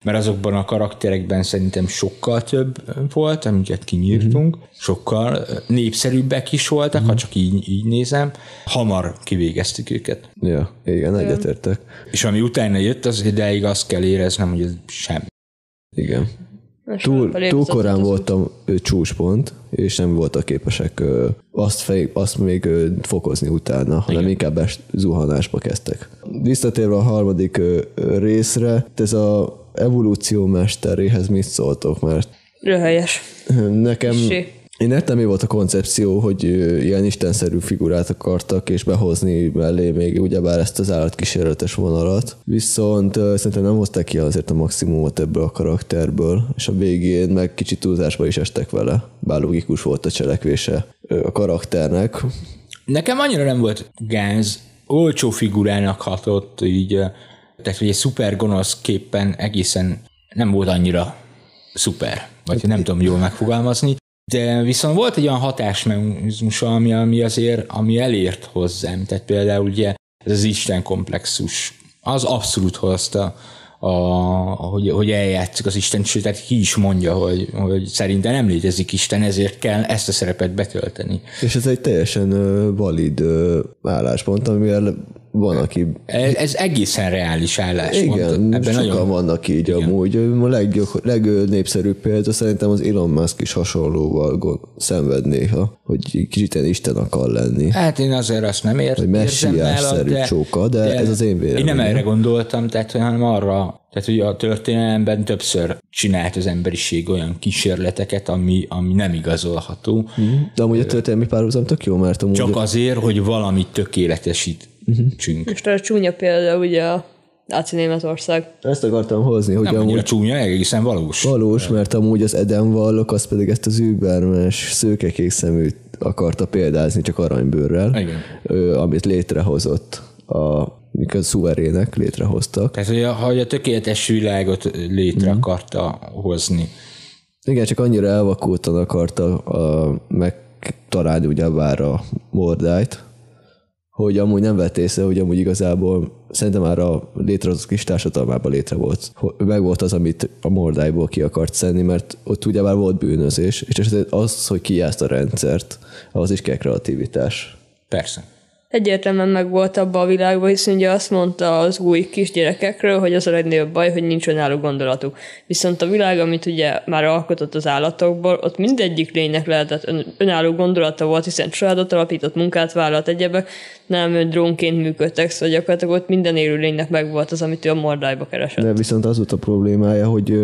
mert azokban a karakterekben szerintem sokkal több volt, amiket kinyírtunk, mm-hmm. sokkal népszerűbbek is voltak, mm-hmm. ha csak így, így nézem. Hamar kivégeztük őket. Ja, igen, egyetértek. És ami utána jött, az ideig azt kell éreznem, hogy ez semmi. Igen. Túl, túl korán voltam csúcspont, és nem voltak képesek ö, azt, fej, azt még ö, fokozni utána, hanem igen. inkább est, zuhanásba kezdtek. Visszatérve a harmadik ö, részre, ez a evolúció mesteréhez mit szóltok, mert röhelyes. Nekem... Issé. Én értem, mi volt a koncepció, hogy ilyen istenszerű figurát akartak, és behozni mellé még ugyebár ezt az állatkísérletes vonalat. Viszont uh, szerintem nem hozták ki azért a maximumot ebből a karakterből, és a végén meg kicsit túlzásba is estek vele. Bár logikus volt a cselekvése uh, a karakternek. Nekem annyira nem volt gáz, olcsó figurának hatott, így, uh, tehát hogy egy szuper gonosz képpen egészen nem volt annyira szuper, vagy hát nem tudom jól megfogalmazni. De viszont volt egy olyan hatásmechanizmusa, ami, ami azért, ami elért hozzám. Tehát például ugye ez az Isten komplexus, az abszolút hozta, a, hogy, hogy eljátszuk az Isten, sőt, tehát ki is mondja, hogy, hogy szerintem nem létezik Isten, ezért kell ezt a szerepet betölteni. És ez egy teljesen valid álláspont, amivel van, aki... Ez, ez egészen reális álláspont. Igen, ebben sokan nagyon... vannak így igen. amúgy. A legnépszerűbb példa szerintem az Elon Musk is hasonlóval szenved néha, hogy kicsit ilyen Isten akar lenni. Hát én azért azt nem ért, hogy messiásszerű csóka, de, de ez az én véleményem. Én nem erre gondoltam, tehát, hanem arra, tehát hogy a történelemben többször csinált az emberiség olyan kísérleteket, ami, ami nem igazolható. De amúgy a történelmi párhuzam tök jó, mert amúgy... Csak azért, hogy valamit tökéletesít. Uh-huh. Most a csúnya példa ugye a náci Németország. Ezt akartam hozni, hogy nem amúgy... Nem csúnya, egészen valós. Valós, mert amúgy az Edenvallok az pedig ezt az übermes szőkekék szeműt akarta példázni csak aranybőrrel, igen. amit létrehozott a mikor a szuverének létrehoztak. Tehát, hogy a, hogy a tökéletes világot létre uh-huh. akarta hozni. Igen, csak annyira elvakultan akarta a, megtalálni ugyebár a Mordájt, hogy amúgy nem vett észre, hogy amúgy igazából szerintem már a létrehozott kis társadalmában létre volt. Meg volt az, amit a Mordájból ki akart szedni, mert ott ugye már volt bűnözés, és az, hogy kijázt a rendszert, ahhoz is kell kreativitás. Persze. Egyértelműen meg volt abban a világban, hiszen ugye azt mondta az új kisgyerekekről, hogy az a legnagyobb baj, hogy nincs önálló gondolatuk. Viszont a világ, amit ugye már alkotott az állatokból, ott mindegyik lénynek lehetett ön, önálló gondolata volt, hiszen családot alapított, munkát vállalt, egyebek, nem drónként működtek, szóval gyakorlatilag ott minden élő lénynek meg volt az, amit ő a Mordájba keresett. De viszont az volt a problémája, hogy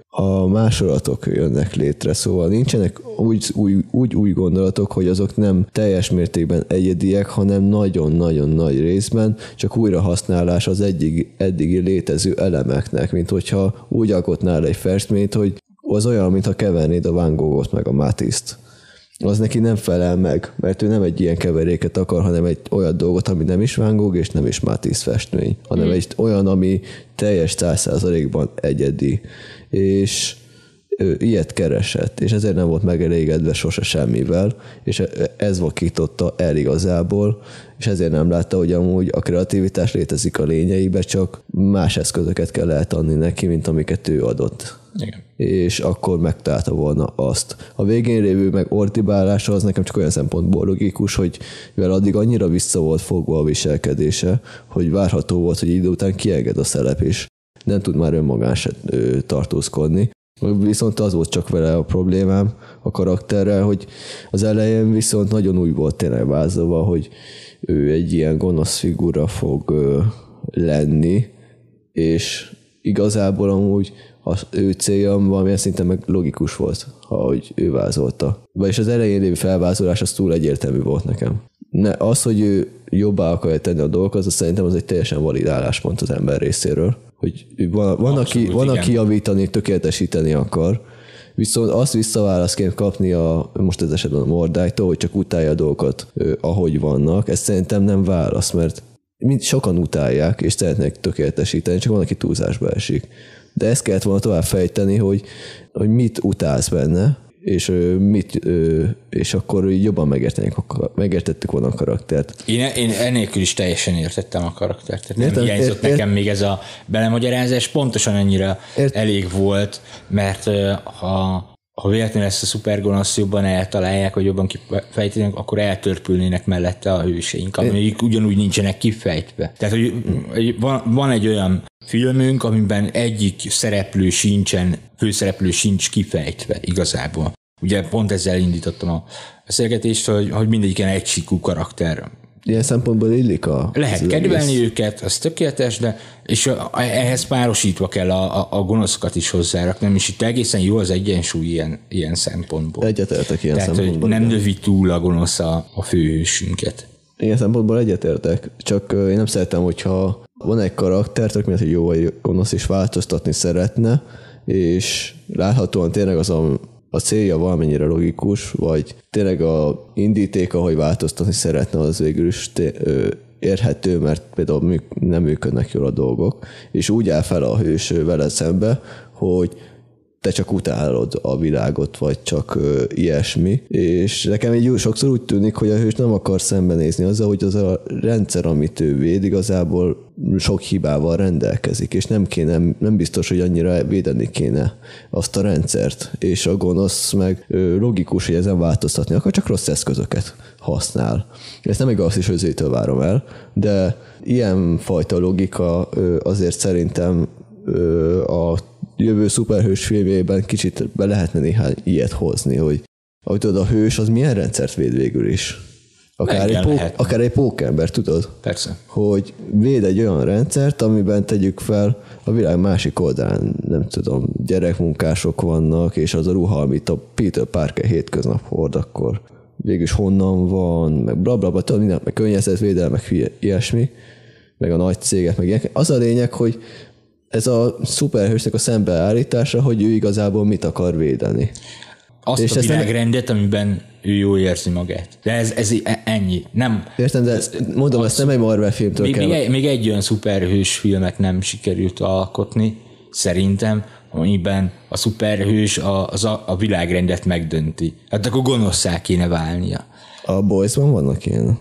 a másolatok jönnek létre, szóval nincsenek úgy új, úgy új gondolatok, hogy azok nem teljes mértékben egyediek, hanem nagyon-nagyon nagy részben csak újrahasználás az eddig, eddigi létező elemeknek, mint hogyha úgy alkotnál egy festményt, hogy az olyan, mintha kevernéd a Van Goghot meg a Matisse-t. Az neki nem felel meg, mert ő nem egy ilyen keveréket akar, hanem egy olyan dolgot, ami nem is Van Gogh és nem is Matisse festmény, hanem mm. egy olyan, ami teljes száz százalékban egyedi. És ő ilyet keresett, és ezért nem volt megelégedve sose semmivel, és ez vakította el igazából, és ezért nem látta, hogy amúgy a kreativitás létezik a lényeibe, csak más eszközöket kell eltanni neki, mint amiket ő adott. Igen. És akkor megtalálta volna azt. A végén lévő meg ordibálása az nekem csak olyan szempontból logikus, hogy mivel addig annyira vissza volt fogva a viselkedése, hogy várható volt, hogy idő után kienged a szelep, és nem tud már önmagán se tartózkodni. Viszont az volt csak vele a problémám a karakterrel, hogy az elején viszont nagyon új volt tényleg vázolva, hogy ő egy ilyen gonosz figura fog ö, lenni, és igazából amúgy az ő célja valamilyen szinten meg logikus volt, ahogy ő vázolta. Vagyis az elején lévő felvázolás az túl egyértelmű volt nekem. Ne, az, hogy ő jobbá akarja tenni a dolgokat, az szerintem az egy teljesen valid álláspont az ember részéről. Hogy van, van, Abszolút, aki, van aki javítani, tökéletesíteni akar, viszont azt visszaválaszként kapni a, most ez esetben a Mordájtól, hogy csak utálja a dolgokat, ahogy vannak, ez szerintem nem válasz, mert mind sokan utálják, és szeretnék tökéletesíteni, csak van, aki túlzásba esik. De ezt kellett volna tovább fejteni, hogy, hogy mit utálsz benne, és mit, és akkor jobban megértettük volna a karaktert. Én, én ennélkül is teljesen értettem a karaktert. Tehát nem Értem, hiányzott ért, nekem ért, még ez a belemagyarázás, pontosan annyira ért, elég volt, mert ha, ha véletlenül ezt a szupergonoszt jobban eltalálják, vagy jobban kifejtenek, akkor eltörpülnének mellette a hőseink, amelyik ugyanúgy nincsenek kifejtve. Tehát, hogy van, van egy olyan filmünk, amiben egyik szereplő sincsen, főszereplő sincs kifejtve igazából. Ugye pont ezzel indítottam a beszélgetést, hogy, hogy mindegyiken egysíkú karakter. Ilyen szempontból illik a... Lehet kedvelni őket, az tökéletes, de és ehhez párosítva kell a, a, a gonoszokat is hozzárakni, és itt egészen jó az egyensúly ilyen, ilyen szempontból. Egyetértek ilyen Tehát, szempontból. Tehát, nem növi túl a gonosz a, a főhősünket. Ilyen szempontból egyetértek, csak én nem szeretem, hogyha van egy karakter, tök miatt, hogy jó vagy gonosz is változtatni szeretne, és láthatóan tényleg az a, a célja valamennyire logikus, vagy tényleg a indítéka, hogy változtatni szeretne, az végül is té- ö, érhető, mert például műk- nem működnek jól a dolgok, és úgy áll fel a hős veled szembe, hogy te csak utálod a világot, vagy csak ö, ilyesmi. És nekem így sokszor úgy tűnik, hogy a hős nem akar szembenézni azzal, hogy az a rendszer, amit ő véd, igazából sok hibával rendelkezik, és nem kéne, nem biztos, hogy annyira védeni kéne azt a rendszert. És a gonosz meg ö, logikus, hogy ezen változtatni akar, csak rossz eszközöket használ. Ezt nem egy Galaxis Őrzőitől várom el, de ilyen fajta logika ö, azért szerintem ö, a jövő szuperhős filmjében kicsit be lehetne néhány ilyet hozni, hogy ahogy tudod, a hős az milyen rendszert véd végül is. Akár, egy, pók, akár egy pókember, tudod? Persze. Hogy véd egy olyan rendszert, amiben tegyük fel a világ másik oldalán, nem tudom, gyerekmunkások vannak, és az a ruha, amit a Peter Parker hétköznap hord, akkor végülis honnan van, meg blablabla, tudod, minden, meg környezetvédelem, meg ilyesmi, meg a nagy cégek, meg ilyenek. Az a lényeg, hogy ez a szuperhősnek a szembeállítása, hogy ő igazából mit akar védeni. Azt és a világrendet, nem... amiben ő jól érzi magát. De ez, ez ennyi. Nem, Értem, de ez, mondom, ezt nem egy Marvel filmtől még, kell. Még egy, még egy olyan szuperhős filmet nem sikerült alkotni, szerintem, amiben a szuperhős a, az a, a világrendet megdönti. Hát akkor gonoszszá kéne válnia. A Boysban vannak ilyen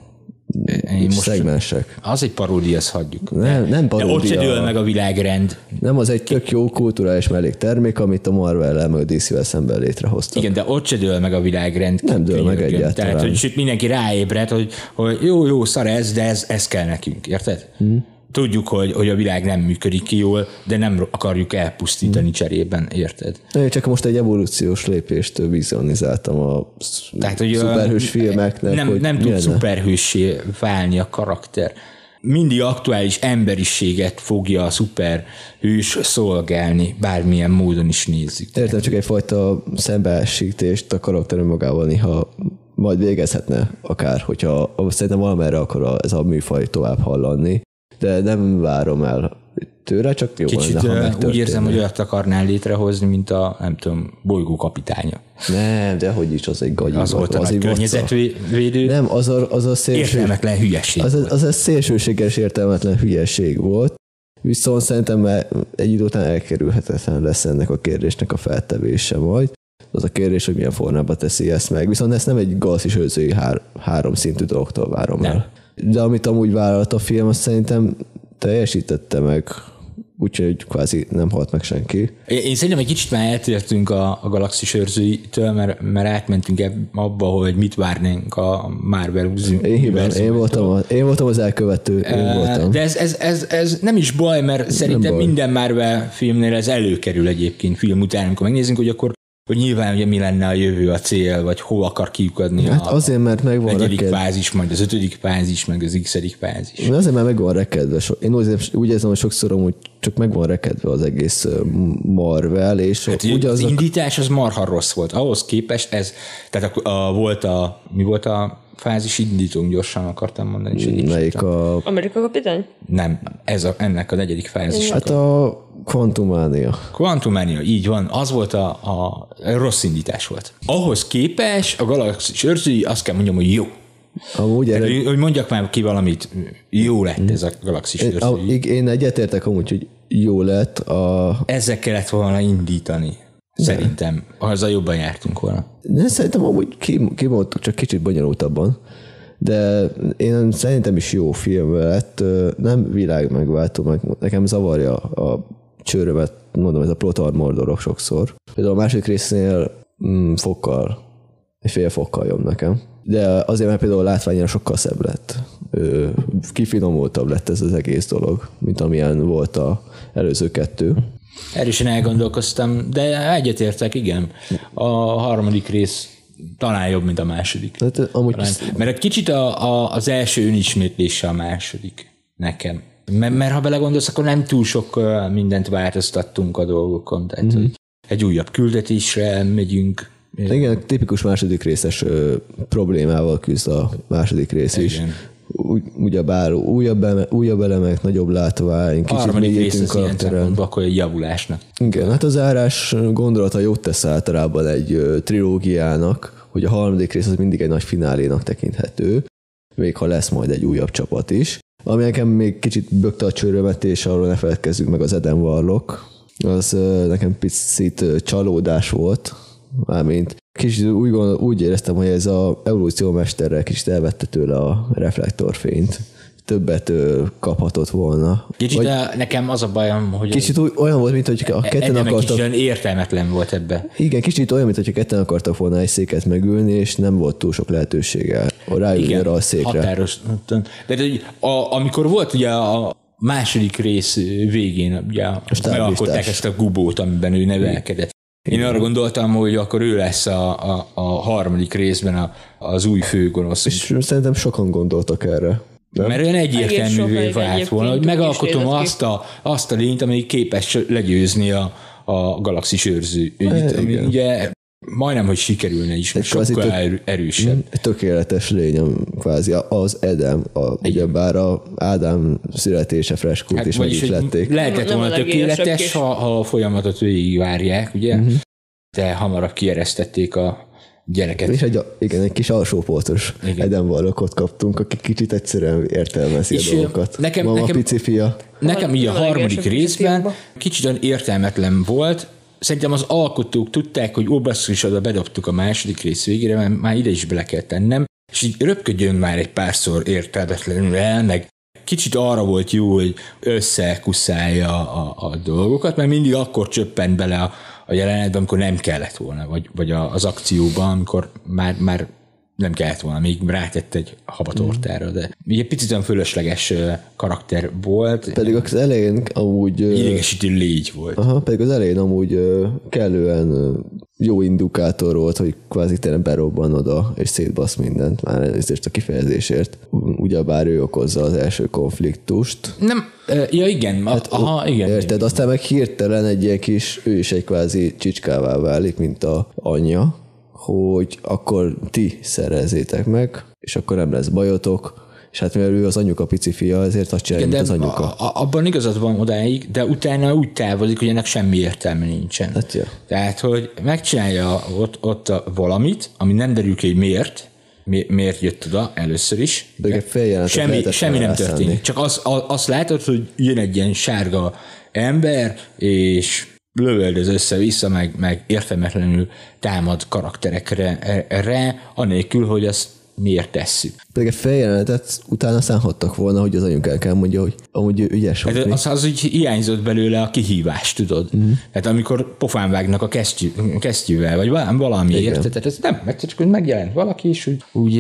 most szegmensek. Az egy paródia, ezt hagyjuk. Nem, nem paródia. De ott se dől meg a világrend. Nem, az egy tök jó kulturális melléktermék, amit a Marvel-lel meg a dé cé-vel szemben létrehoztak. Igen, de ott se dől meg a világrend. Nem dől meg egyáltalán. Tehát, hogy sőt, mindenki ráébred, hogy, hogy jó, jó, szar ez, de ez, ez kell nekünk, érted? Hmm. Tudjuk, hogy, hogy a világ nem működik ki jól, de nem akarjuk elpusztítani hmm. cserében, érted? Én csak most egy evolúciós lépést vizionizáltam a Tehát, hogy szuperhős filmeknek. Nem, nem tud szuperhőssé válni a karakter. Mindig aktuális emberiséget fogja a szuperhős szolgálni, bármilyen módon is nézzük. Értem, csak egyfajta szembeesítést a karakter önmagával néha majd végezhetne akár, hogyha szerintem valamerre akar ez a műfaj tovább hallani. De nem várom el tőle, csak jó Kicsit lenne, úgy érzem, hogy olyat akarnál létrehozni, mint a, nem tudom, bolygó kapitánya. Nem, de hogy is, az egy gagyi. Az volt a nagy környezetvédő. Nem, az a, az a szélső... Értelmetlen hülyeség az, volt. Az a szélsőséges értelmetlen hülyeség volt, viszont szerintem egy idő után elkerülhetetlen lesz ennek a kérdésnek a feltevése majd. Az a kérdés, hogy milyen formában teszi ezt meg. Viszont ezt nem egy Galaxis Őrzői hár, három szintű dologtól várom nem. el. De amit amúgy vállalt a film, azt szerintem teljesítette meg, úgyhogy kvázi nem halt meg senki. Én, én szerintem egy kicsit már eltértünk a, a Galaxis Őrzőitől, mert, mert átmentünk abba, hogy mit várnánk a Marvel univerzumtól. Én voltam, a, én voltam az elkövető. Én voltam. De ez, ez, ez, ez nem is baj, mert szerintem baj. Minden Marvel filmnél ez előkerül egyébként film után, amikor megnézzünk, hogy akkor hogy nyilván ugye mi lenne a jövő, a cél, vagy hol akar kiukadni hát a, azért, mert megvan negyedik reked... fázis, majd az ötödik fázis, meg az x-edik fázis. Azért, mert megvan rekedve. Én úgy érzem, hogy sokszor hogy csak megvan rekedve az egész Marvel, és hát ugye az azok... indítás az marha rossz volt. Ahhoz képest ez, tehát a, a, volt a, mi volt a fázis indítónk, gyorsan akartam mondani. Melyik a... Amerika kapitány? Nem, ez a, ennek a negyedik fázis. Hát a Quantumania. Quantumania, így van. Az volt a, a rossz indítás volt. Ahhoz képest a Galaxis Őrzői, azt kell mondjam, hogy jó. Amúgy erre... hogy, hogy mondjak már ki valamit, jó lett ez a Galaxis Őrzői. Én egyetértek amúgy, hogy jó lett. A... Ezzel kellett volna indítani. Szerintem. Azzal jobban jártunk volna. De szerintem amúgy kimondtuk, csak kicsit bonyolultabban. De én szerintem is jó film lett. Nem világmegváltó, meg nekem zavarja a csőrömet, mondom, ez a plot armor dolog sokszor. Például a második résznél mm, fokkal, egy fél fokkal jobb nekem. De azért, mert például látványra sokkal szebb lett. Kifinomultabb lett ez az egész dolog, mint amilyen volt az előző kettő. Erősen elgondolkoztam, de egyetértek, igen. A harmadik rész talán jobb, mint a második. Hát, amúgy Mert egy kicsit a, a, az első önismétlése a második nekem. Mert, mert ha belegondolsz, akkor nem túl sok mindent változtattunk a dolgokon. Tehát mm-hmm. egy újabb küldetésre megyünk. Igen, tipikus második részes ö, problémával küzd a második rész is. Igen. Ugy, ugyebár újabb, eme, újabb elemek, nagyobb látvány, kicsit mélyítünk karakteren. Akkor egy javulásnak. Igen, hát az zárás gondolata jót tesz általában egy ö, trilógiának, hogy a harmadik rész az mindig egy nagy finálénak tekinthető, még ha lesz majd egy újabb csapat is. Ami nekem még kicsit bökte a csőrömet, és arról ne feledkezzünk meg az Eden Warlock. Az ö, nekem picit ö, csalódás volt, mármint kicsit úgy, gondol, úgy éreztem, hogy ez az evolúciómesterrel kicsit elvette tőle a reflektorfényt. Többet ö, kaphatott volna. Kicsit Vagy, a, nekem az a bajom, hogy... Kicsit úgy, olyan volt, mint hogy a ketten akartak... Kicsit értelmetlen volt ebbe. Igen, kicsit olyan, mint hogy a ketten akartak volna egy széket megülni, és nem volt túl sok lehetősége ráülni arra a székre. Határos. De, de a, amikor volt ugye a második rész végén, ugye megalkották ezt a gubót, amiben ő nevelkedett. Én arra gondoltam, hogy akkor ő lesz a, a, a harmadik részben a, az új főgonosz. És szerintem sokan gondoltak erre. Nem? Mert olyan egyértelművé vált volna, hogy megalkotom azt a, azt a lényt, amelyik képes legyőzni a, a galaxis őrző ügyit, ami ugye majdnem, hogy sikerülne is, mert sokkal tök, erősebb. Egy tökéletes lény, kvázi az Edem, a, ugyebár a Ádám születése freskült hát, is meg is lették. Lehetett volna tökéletes, ha, ha a folyamatot végigvárják, ugye? Uh-huh. De hamarabb kieresztették a gyereket. És egy, igen, egy kis alsópoltos Eden Warlockot kaptunk, aki kicsit egyszerűen értelmezi és a dolgokat. Nekem, Mama nekem, pici fia. Nekem így a harmadik részben kicsit olyan értelmetlen volt. Szerintem az alkotók tudták, hogy ó, basszus, oda bedobtuk a második rész végére, mert már ide is bele kell tennem, és így röpködjön már egy párszor értelmetlenül el, meg kicsit arra volt jó, hogy összekuszálja a, a dolgokat, mert mindig akkor csöppent bele a, a jelenetben, amikor nem kellett volna, vagy, vagy az akcióban, amikor már, már nem kellett volna, még rátett egy habatortára, de egy picit olyan fölösleges karakter volt. Pedig az elején amúgy... Idegesítő légy volt. Aha, pedig az elején amúgy kellően jó indikátor volt, hogy kvázi tényleg berobban oda, és szétbasz mindent, már ezért a kifejezésért. Ugyebár ő okozza az első konfliktust. Nem, ja igen, hát, aha, igen. Érted, igen. Aztán meg hirtelen egy ilyen kis, ő is egy kvázi csicskává válik, mint a anyja, hogy akkor ti szerezzétek meg, és akkor nem lesz bajotok, és hát mivel ő az anyuka pici fia, ezért azt csinálja, mint az anyuka. A, a, abban igazad van odáig, de utána úgy távozik, hogy ennek semmi értelme nincsen. Hát ja. Tehát, hogy megcsinálja ott, ott a valamit, ami nem derül ki, hogy miért, mi, miért jött oda először is. Semmi, semmi nem történik. Csak az, az, azt látod, hogy jön egy ilyen sárga ember, és lövöldöz össze-vissza, meg, meg értelmetlenül támad karakterekre, erre, anélkül, hogy azt miért tesszük. Pedig a feljelenetet utána szánhattak volna, hogy az anyukák elmondja, hogy amúgy ügyes volt. Hát az, az úgy hiányzott belőle a kihívás, tudod? Mm. Tehát amikor pofán vágnak a kesztyű, kesztyűvel, vagy valamiért, tehát ez nem, mert csak megjelent valaki, és úgy, úgy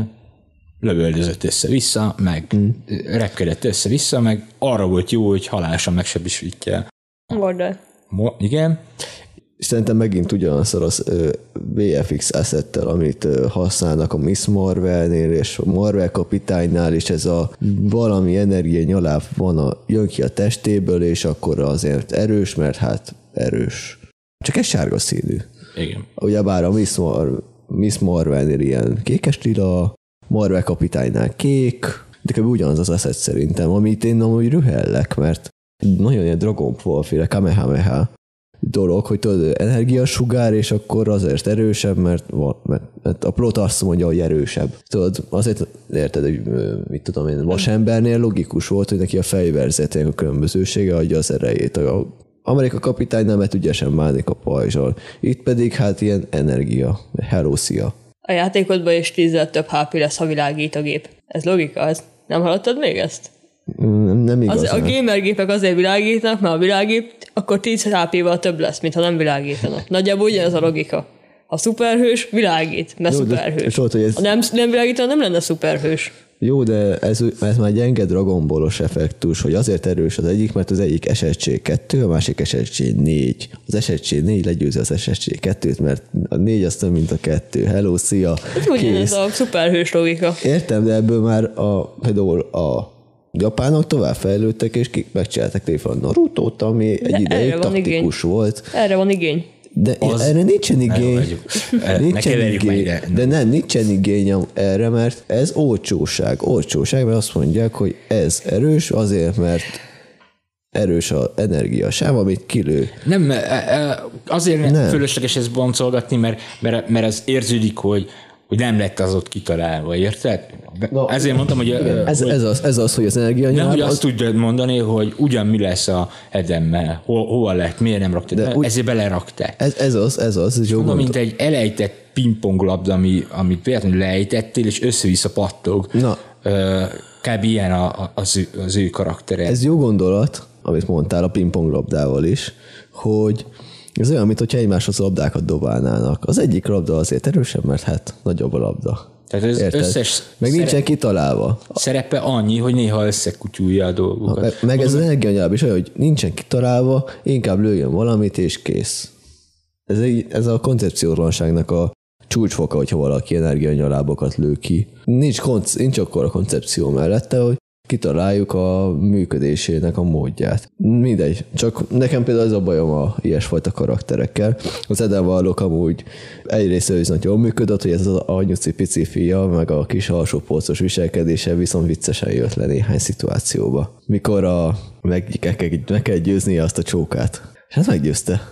lövöldözött össze-vissza, meg mm. repkedett össze-vissza, meg arra volt jó, hogy halálosan megsebesítje. Gordon. Igen. Szerintem megint ugyanaz az vé ef iksz assettel, amit használnak a Miss Marvelnél és a Marvel kapitánynál, és ez a valami energia nyaláb van, a, jön ki a testéből, és akkor azért erős, mert hát erős. Csak ez sárga színű. Igen. Ugyebár a Miss, Mar- Miss Marvelnél ilyen kékes lila, Marvel kapitánynál kék, de kb. Ugyanaz az asset szerintem, amit én amúgy rühellek, mert nagyon ilyen Dragon Ball-féle Kamehameha dolog, hogy tudod, energiasugár, és akkor azért erősebb, mert, mert a plot azt mondja, hogy erősebb. Tudod, azért érted, hogy mit tudom én, vasembernél logikus volt, hogy neki a fejverzetének a különbözősége adja az erejét. A Amerika kapitány nem mert ügyesen bánik a pajzsal. Itt pedig hát ilyen energia. Hello, szia. A játékodban is tízzel több há pé lesz, ha világít a gép. Ez logika, ez. Nem hallottad még ezt? Nem, nem igazán. Az, a gamergépek azért világítanak, mert ha világít, akkor tíz há pével több lesz, mint ha nem világítanak. Nagyjából ugyanez a logika. Ha szuperhős, világít, mert Jó, szuperhős. De, ez... Ha nem, nem világítana, nem lenne szuperhős. Jó, de ez, ez már gyenge Dragon Ball-os effektus, hogy azért erős az egyik, mert az egyik es es cé kettő, a másik es es cé négy. Az es es cé négy legyőzi az es es cé kettőt, mert a négy az több, mint a kettő. Hello, szia, ez ugyanez a szuperhős logika. Értem, de ebből már a, például a japánok tovább fejlődtek, és megcsináltak létre a Narutót, ami de egy ideig taktikus igény. volt. Erre van igény. De az erre nincsen igény, nincsen igény de, de nem, nincsen igény erre, mert ez olcsóság. Olcsóság, mert azt mondják, hogy ez erős azért, mert erős az energiasáv, amit kilő. Nem, azért nem fölösleges ezt boncolgatni, mert, mert, mert az érződik, hogy hogy nem lett az ott kitalálva, érted? No, ezért mondtam, hogy... Ez, hogy ez, az, ez az, hogy az energianyelv... Nem, hogy az... azt tudod mondani, hogy ugyan mi lesz a Edemmel, Ho, hova lett, miért nem raktál, úgy, ezért belerakták. Ez, ez az, ez az. Ez mondom, mint egy elejtett pingponglabda, ami, amit véletlenül lejtettél, és össze-vissza pattog. Na. Kb. Ilyen a, a, az, ő, az ő karaktere. Ez jó gondolat, amit mondtál a pingponglabdával is, hogy ez olyan, mintha egymáshoz labdákat dobálnának. Az egyik labda azért erősebb, mert hát nagyobb a labda. Tehát ez Érted? összes meg nincsen szerep, kitalálva. Szerepe annyi, hogy néha összekutyulja a dolgokat. Ha, meg meg ez az energianyelv is olyan, hogy nincsen kitalálva, inkább lőjön valamit, és kész. Ez, egy, ez a koncepciótlanságnak a csúcsfoka, hogyha valaki energianyalábokat lő ki. Nincs, konc- nincs akkor a koncepció mellette, hogy kitaláljuk a működésének a módját. Mindegy, csak nekem például ez a bajom a ilyesfajta karakterekkel. Az Eden Warlock amúgy egyrészt ő is nagyon működött, hogy ez az anyuci pici fia, meg a kis alsópolcos viselkedése viszont viccesen jött le néhány szituációba. Mikor a, meg, meg kell győznie azt a csókát. És hát meggyőzte.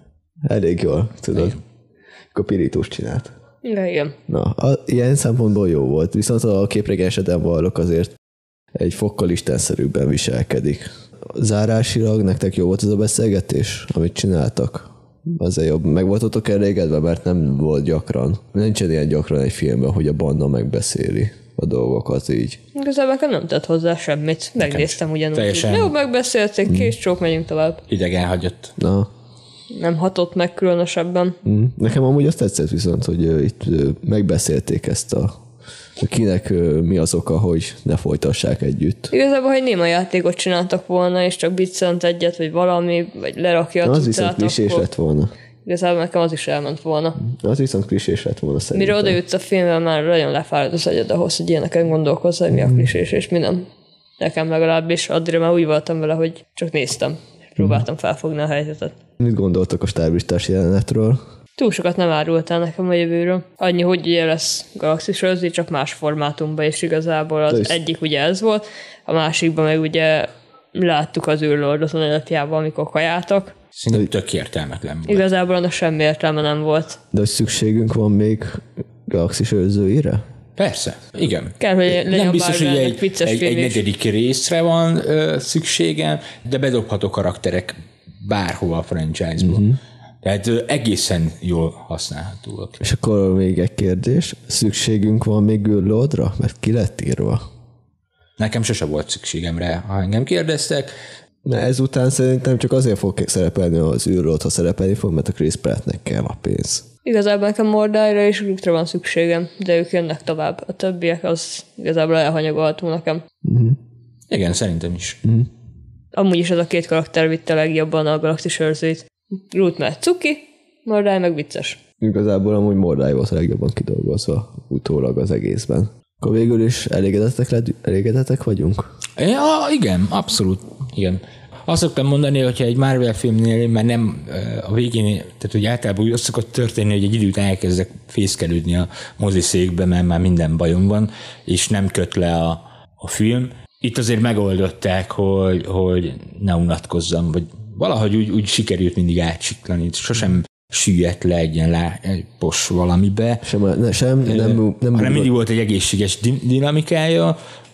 Elég jól, tudod. Akkor pirítós csinált. Igen. Na, a, ilyen szempontból jó volt, viszont a képregényes Eden Warlock azért egy fokkal istenszerűbben viselkedik. Zárásilag nektek jó volt ez a beszélgetés, amit csináltak? Azért jobb. Meg voltatok elégedve, mert nem volt gyakran. Nincsen ilyen gyakran egy filmben, hogy a banda megbeszéli a dolgokat így. Igazából nekem nem tett hozzá semmit. Megnéztem ugyanúgy. Teljesen. Jó, megbeszélték, kész csók, megyünk tovább. Idegen hagyott. Na. Nem hatott meg különösebben. Nekem amúgy azt tetszett viszont, hogy itt megbeszélték ezt a kinek mi az oka, hogy ne folytassák együtt. Igazából, hogy néma játékot csináltak volna, és csak biccent egyet, vagy valami, vagy lerakja a az viszont klisés lett volna. Igazából nekem az is elment volna. Az viszont klisés lett volna szerintem. Mire odajutsz a filmben, már nagyon lefárad az agyad ahhoz, hogy ilyeneken gondolkozz, hogy mi a klisés, és mi nem. Nekem legalábbis addigra már úgy voltam vele, hogy csak néztem. Próbáltam felfogni a helyzetet. Mit gondoltak a stáblistás jelenetről? Túl sokat nem árultál nekem a jövőről. Annyi, hogy ugye lesz Galaxis Rözi, csak más formátumban, és igazából az Tesz. egyik ugye ez volt, a másikban meg ugye láttuk az űrlordot a nagyapjában, amikor kajáltak. Szerintem tök értelmetlen volt. Igazából annak semmi értelme nem volt. De hogy szükségünk van még Galaxis őrzőire? Persze, igen. Kell, hogy legyen nem biztos, hogy egy, egy, egy is. negyedik részre van ö, szükségem, de bedobható karakterek bárhova a franchise-ból. Uh-huh. Tehát ö, egészen jól használhatóak. És akkor még egy kérdés. Szükségünk van még űrlordra? Mert ki lett írva? Nekem sose volt szükségem rá, ha engem kérdeztek. Na ezután szerintem csak azért fog szerepelni az űrlord, ha szerepelni fog, mert a Chris Prattnek kell a pénz. Igazából nekem Mordályra és Grookra van szükségem, de ők jönnek tovább. A többiek az igazából elhanyagolható nekem. Uh-huh. Igen, szerintem is. Uh-huh. Amúgy is ez a két karakter vitte legjobban a Galaxis őrzőit. Groot mert cuki, Mordály meg vicces. Igazából amúgy Mordály volt a legjobban kidolgozva utólag az egészben. Akkor végül is elégedettek, led, elégedettek vagyunk? Ja, igen, abszolút. Igen. Azt szoktam mondani, hogyha egy Marvel filmnél már nem a végén, tehát hogy általában úgy azt szokott történni, hogy egy idő után elkezdek fészkelődni a moziszékbe, mert már minden bajom van, és nem köt le a, a film. Itt azért megoldották, hogy, hogy ne unatkozzam, vagy valahogy úgy, úgy sikerült mindig átsiklani. Sosem süllyedt le egy ilyen lápos valamibe. Sem, ne, sem nem, nem, nem hanem mindig volt egy egészséges dinamikája,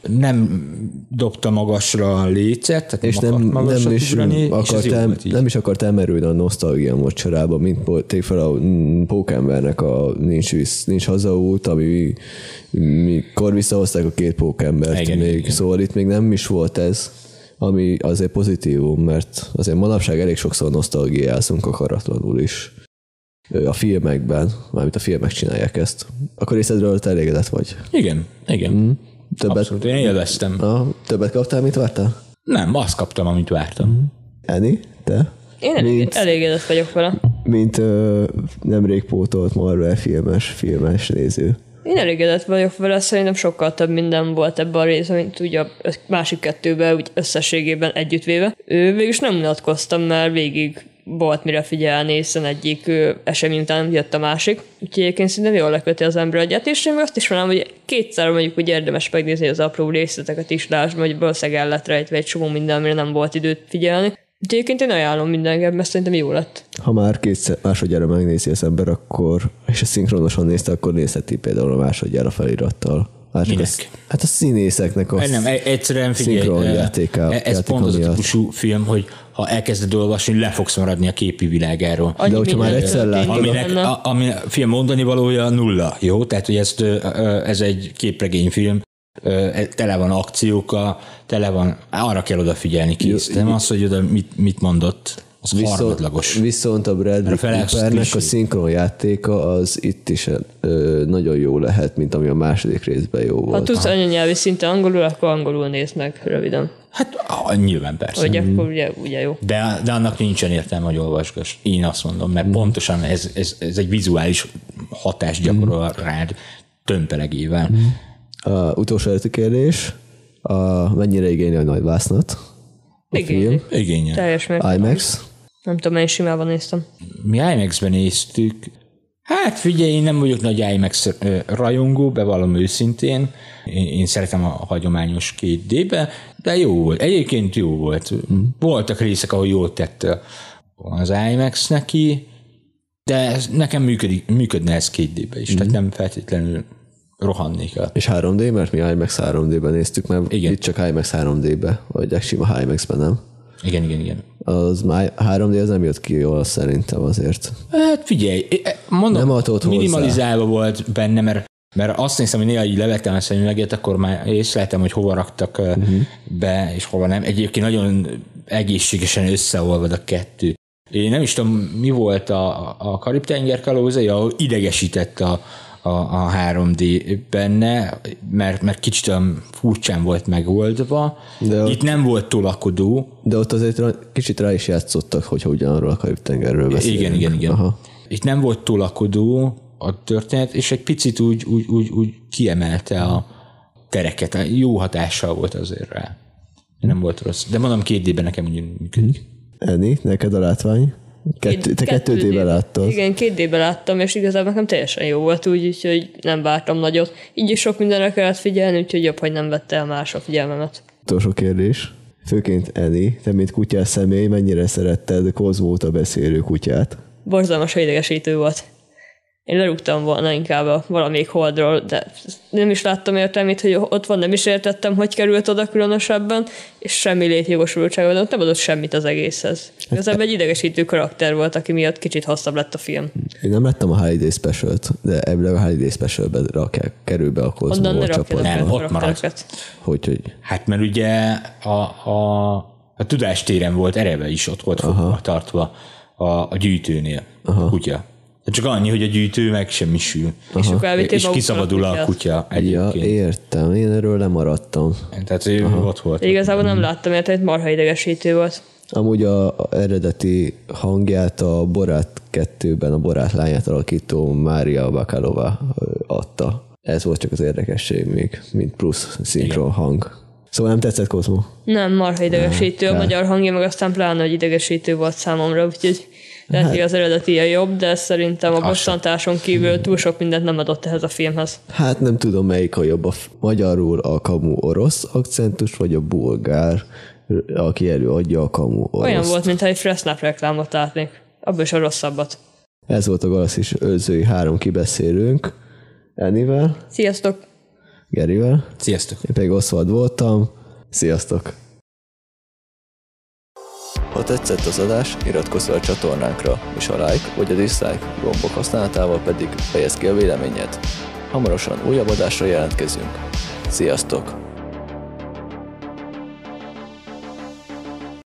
nem dobta magasra a lécet, tehát és nem, nem, nem, is ugrani, akart el, nem is akart elmerülni a nosztalgia mocsarába, mintték fel a pókembernek a nincs, visz, nincs hazaút, ami mikor visszahozták a két pókembert igen, még, igen. Szóval itt még nem is volt ez, ami azért pozitívum, mert azért manapság elég sokszor nosztalgiázunk akaratlanul is. A filmekben, mármint a filmek csinálják ezt. Akkor részedről te elégedett vagy? Igen, igen. Mm. Többet, abszolút, én élveztem. A, többet kaptál, mint vártál? Nem, azt kaptam, amit vártam. Mm. Eni, te? Én elég, mint, elégedett vagyok vele. Mint ö, nemrég pótolt Marvel filmes, filmes néző. Én elégedett vagyok vele, szerintem sokkal több minden volt ebben a részben, mint ugye a másik kettőben, úgy összességében együttvéve. Ő végülis nem unatkoztam, mert végig volt mire figyelni, hiszen egyik esemény után jött a másik. Úgyhogy egyébként szerintem jól leköti az ember agyát, és én azt is mondom, hogy kétszer mondjuk úgy érdemes megnézni az apró részleteket is, lásd, hogy valószínűleg el lett rejtve egy csomó minden, amire nem volt időt figyelni. Úgyhogy egyébként én ajánlom mindenkinek, mert szerintem jó lett. Ha már kétszer másodjára megnézi az ember, akkor, és a szinkronosan nézte, akkor nézheti például a másodjára felirattal. Hát, az, hát a színészeknek a nem, egyszerűen figyelj, ez pont az a típusú film, hogy ha elkezded olvasni, le fogsz maradni a képi világáról. De hogyha már egyszer látod. Aminek, a, ami a film mondani valója nulla, jó? Tehát, hogy ezt, ez egy képregényfilm, tele van akciókkal, tele van, arra kell odafigyelni, kész. Nem az, hogy oda mit, mit mondott, az viszont, harmadlagos. Viszont a Bradley Coopernek a szinkronjátéka az itt is ö, nagyon jó lehet, mint ami a második részben jó volt. Ha tudsz anyanyelvi szinten angolul, akkor angolul nézd meg röviden. Hát ah, nyilván persze. Hogy akkor ugye, ugye jó. De, de annak nincsen értelme, hogy olvasgass. Én azt mondom, mert mm. pontosan ez, ez, ez egy vizuális hatást gyakorol mm. rád tömpelegével. Mm. A utolsó előtti kérdés, a, mennyire igényli a nagy vásznat? Igényli. Igényel. Teljes mértékben. IMAX? Nem tudom, én simában néztem. Mi IMAX-ben néztük. Hát figyelj, én nem vagyok nagy IMAX rajongó, bevallom őszintén. Én, én szeretem a hagyományos két dé-be, de jó volt. Egyébként jó volt. Voltak részek, ahol jól tett az IMAX neki, de nekem működik, működne ez két dé-be is, mm. tehát nem feltétlenül rohannék el. És három dé, mert mi IMAX három dé-ben néztük, mert igen. Itt csak IMAX három dé-be, vagy sima IMAX-ben nem. Igen, igen, igen. Az három dé az nem jött ki jól szerintem azért. Hát figyelj, mondom, minimalizálva hozzá. Volt benne, mert, mert azt néztem, hogy néha így levettem a szemüveget, akkor már észleltem, hogy hova raktak uh-huh. be, és hova nem. Egyébként nagyon egészségesen összeolvad a kettő. Én nem is tudom, mi volt a, a Karib-tenger kalózai, ahol idegesített a A, a három dé benne, mert, mert kicsit olyan furcsán volt megoldva. De ott, itt nem volt tolakodó. De ott azért kicsit rá is játszottak, hogyha ugyanarról a Karib-tengerről beszélünk. Igen, igen, igen. Aha. Itt nem volt tolakodó a történet, és egy picit úgy, úgy, úgy, úgy kiemelte a tereket. Jó hatással volt azért rá. Nem volt rossz. De mondom, két dé-ben nekem úgy működik. Eni, neked a látvány? Kettő, te kettő dé-ben láttad? Igen, két dé-ben láttam, és igazából nekem teljesen jó volt úgy, úgyhogy nem vártam nagyot. Így is sok mindenre kellett figyelni, úgyhogy jobb, hogy nem vette el más a figyelmemet. Utolsó kérdés. Főként Eni, te mint kutyás személy, mennyire szeretted Kozmót, a beszélő kutyát? Borzalmas, idegesítő volt. Én lerúgtam volna inkább valamelyik holdról, de nem is láttam értelmét, hogy ott van, nem is értettem, hogy került oda különösebben, és semmi létjogosultsága, de ott nem adott semmit az egészhez. Igazából egy idegesítő karakter volt, aki miatt kicsit hosszabb lett a film. Én nem láttam a Holiday Specialt, de ebből a Holiday Specialben rakják, kerül be a Kozmó a csapatban. Nem, ott maradt. Hogy, hogy? Hát mert ugye a, a, a tudástéren volt, ereve is ott volt fogva, tartva a, a gyűjtőnél Aha. a kutya. Csak annyi, hogy a gyűjtő megsemmisül. És, és kiszabadul a kutya egyébként. Ja, értem. Én erről lemaradtam. Tehát ő ott volt. De igazából nem láttam, mert egy marha idegesítő volt. Amúgy a, a eredeti hangját a Borát kettőben a Borát lányát alakító Mária Bakalova adta. Ez volt csak az érdekesség még, mint plusz szinkron hang. Szóval nem tetszett Kozmó? Nem, marha idegesítő. A magyar hangja meg aztán pláne, hogy idegesítő volt számomra, úgyhogy lehet, hogy az eredeti a jobb, de szerintem a bosszantáson kívül túl sok mindent nem adott ehhez a filmhez. Hát nem tudom, melyik a jobb, a magyarul a kamu orosz akcentus, vagy a bulgár, aki előadja a kamu orosz. Olyan volt, mintha egy Fresnap reklámot látnék. Abból is a rosszabbat. Ez volt a Galaxis őrzői három kibeszélőnk. Enivel. Sziasztok! Gerivel. Sziasztok! Én pedig Oswald voltam. Sziasztok! Ha tetszett az adás, iratkozz fel a csatornánkra, és a like vagy a dislike gombok használatával pedig fejezd ki a véleményed. Hamarosan újabb adásra jelentkezünk. Sziasztok!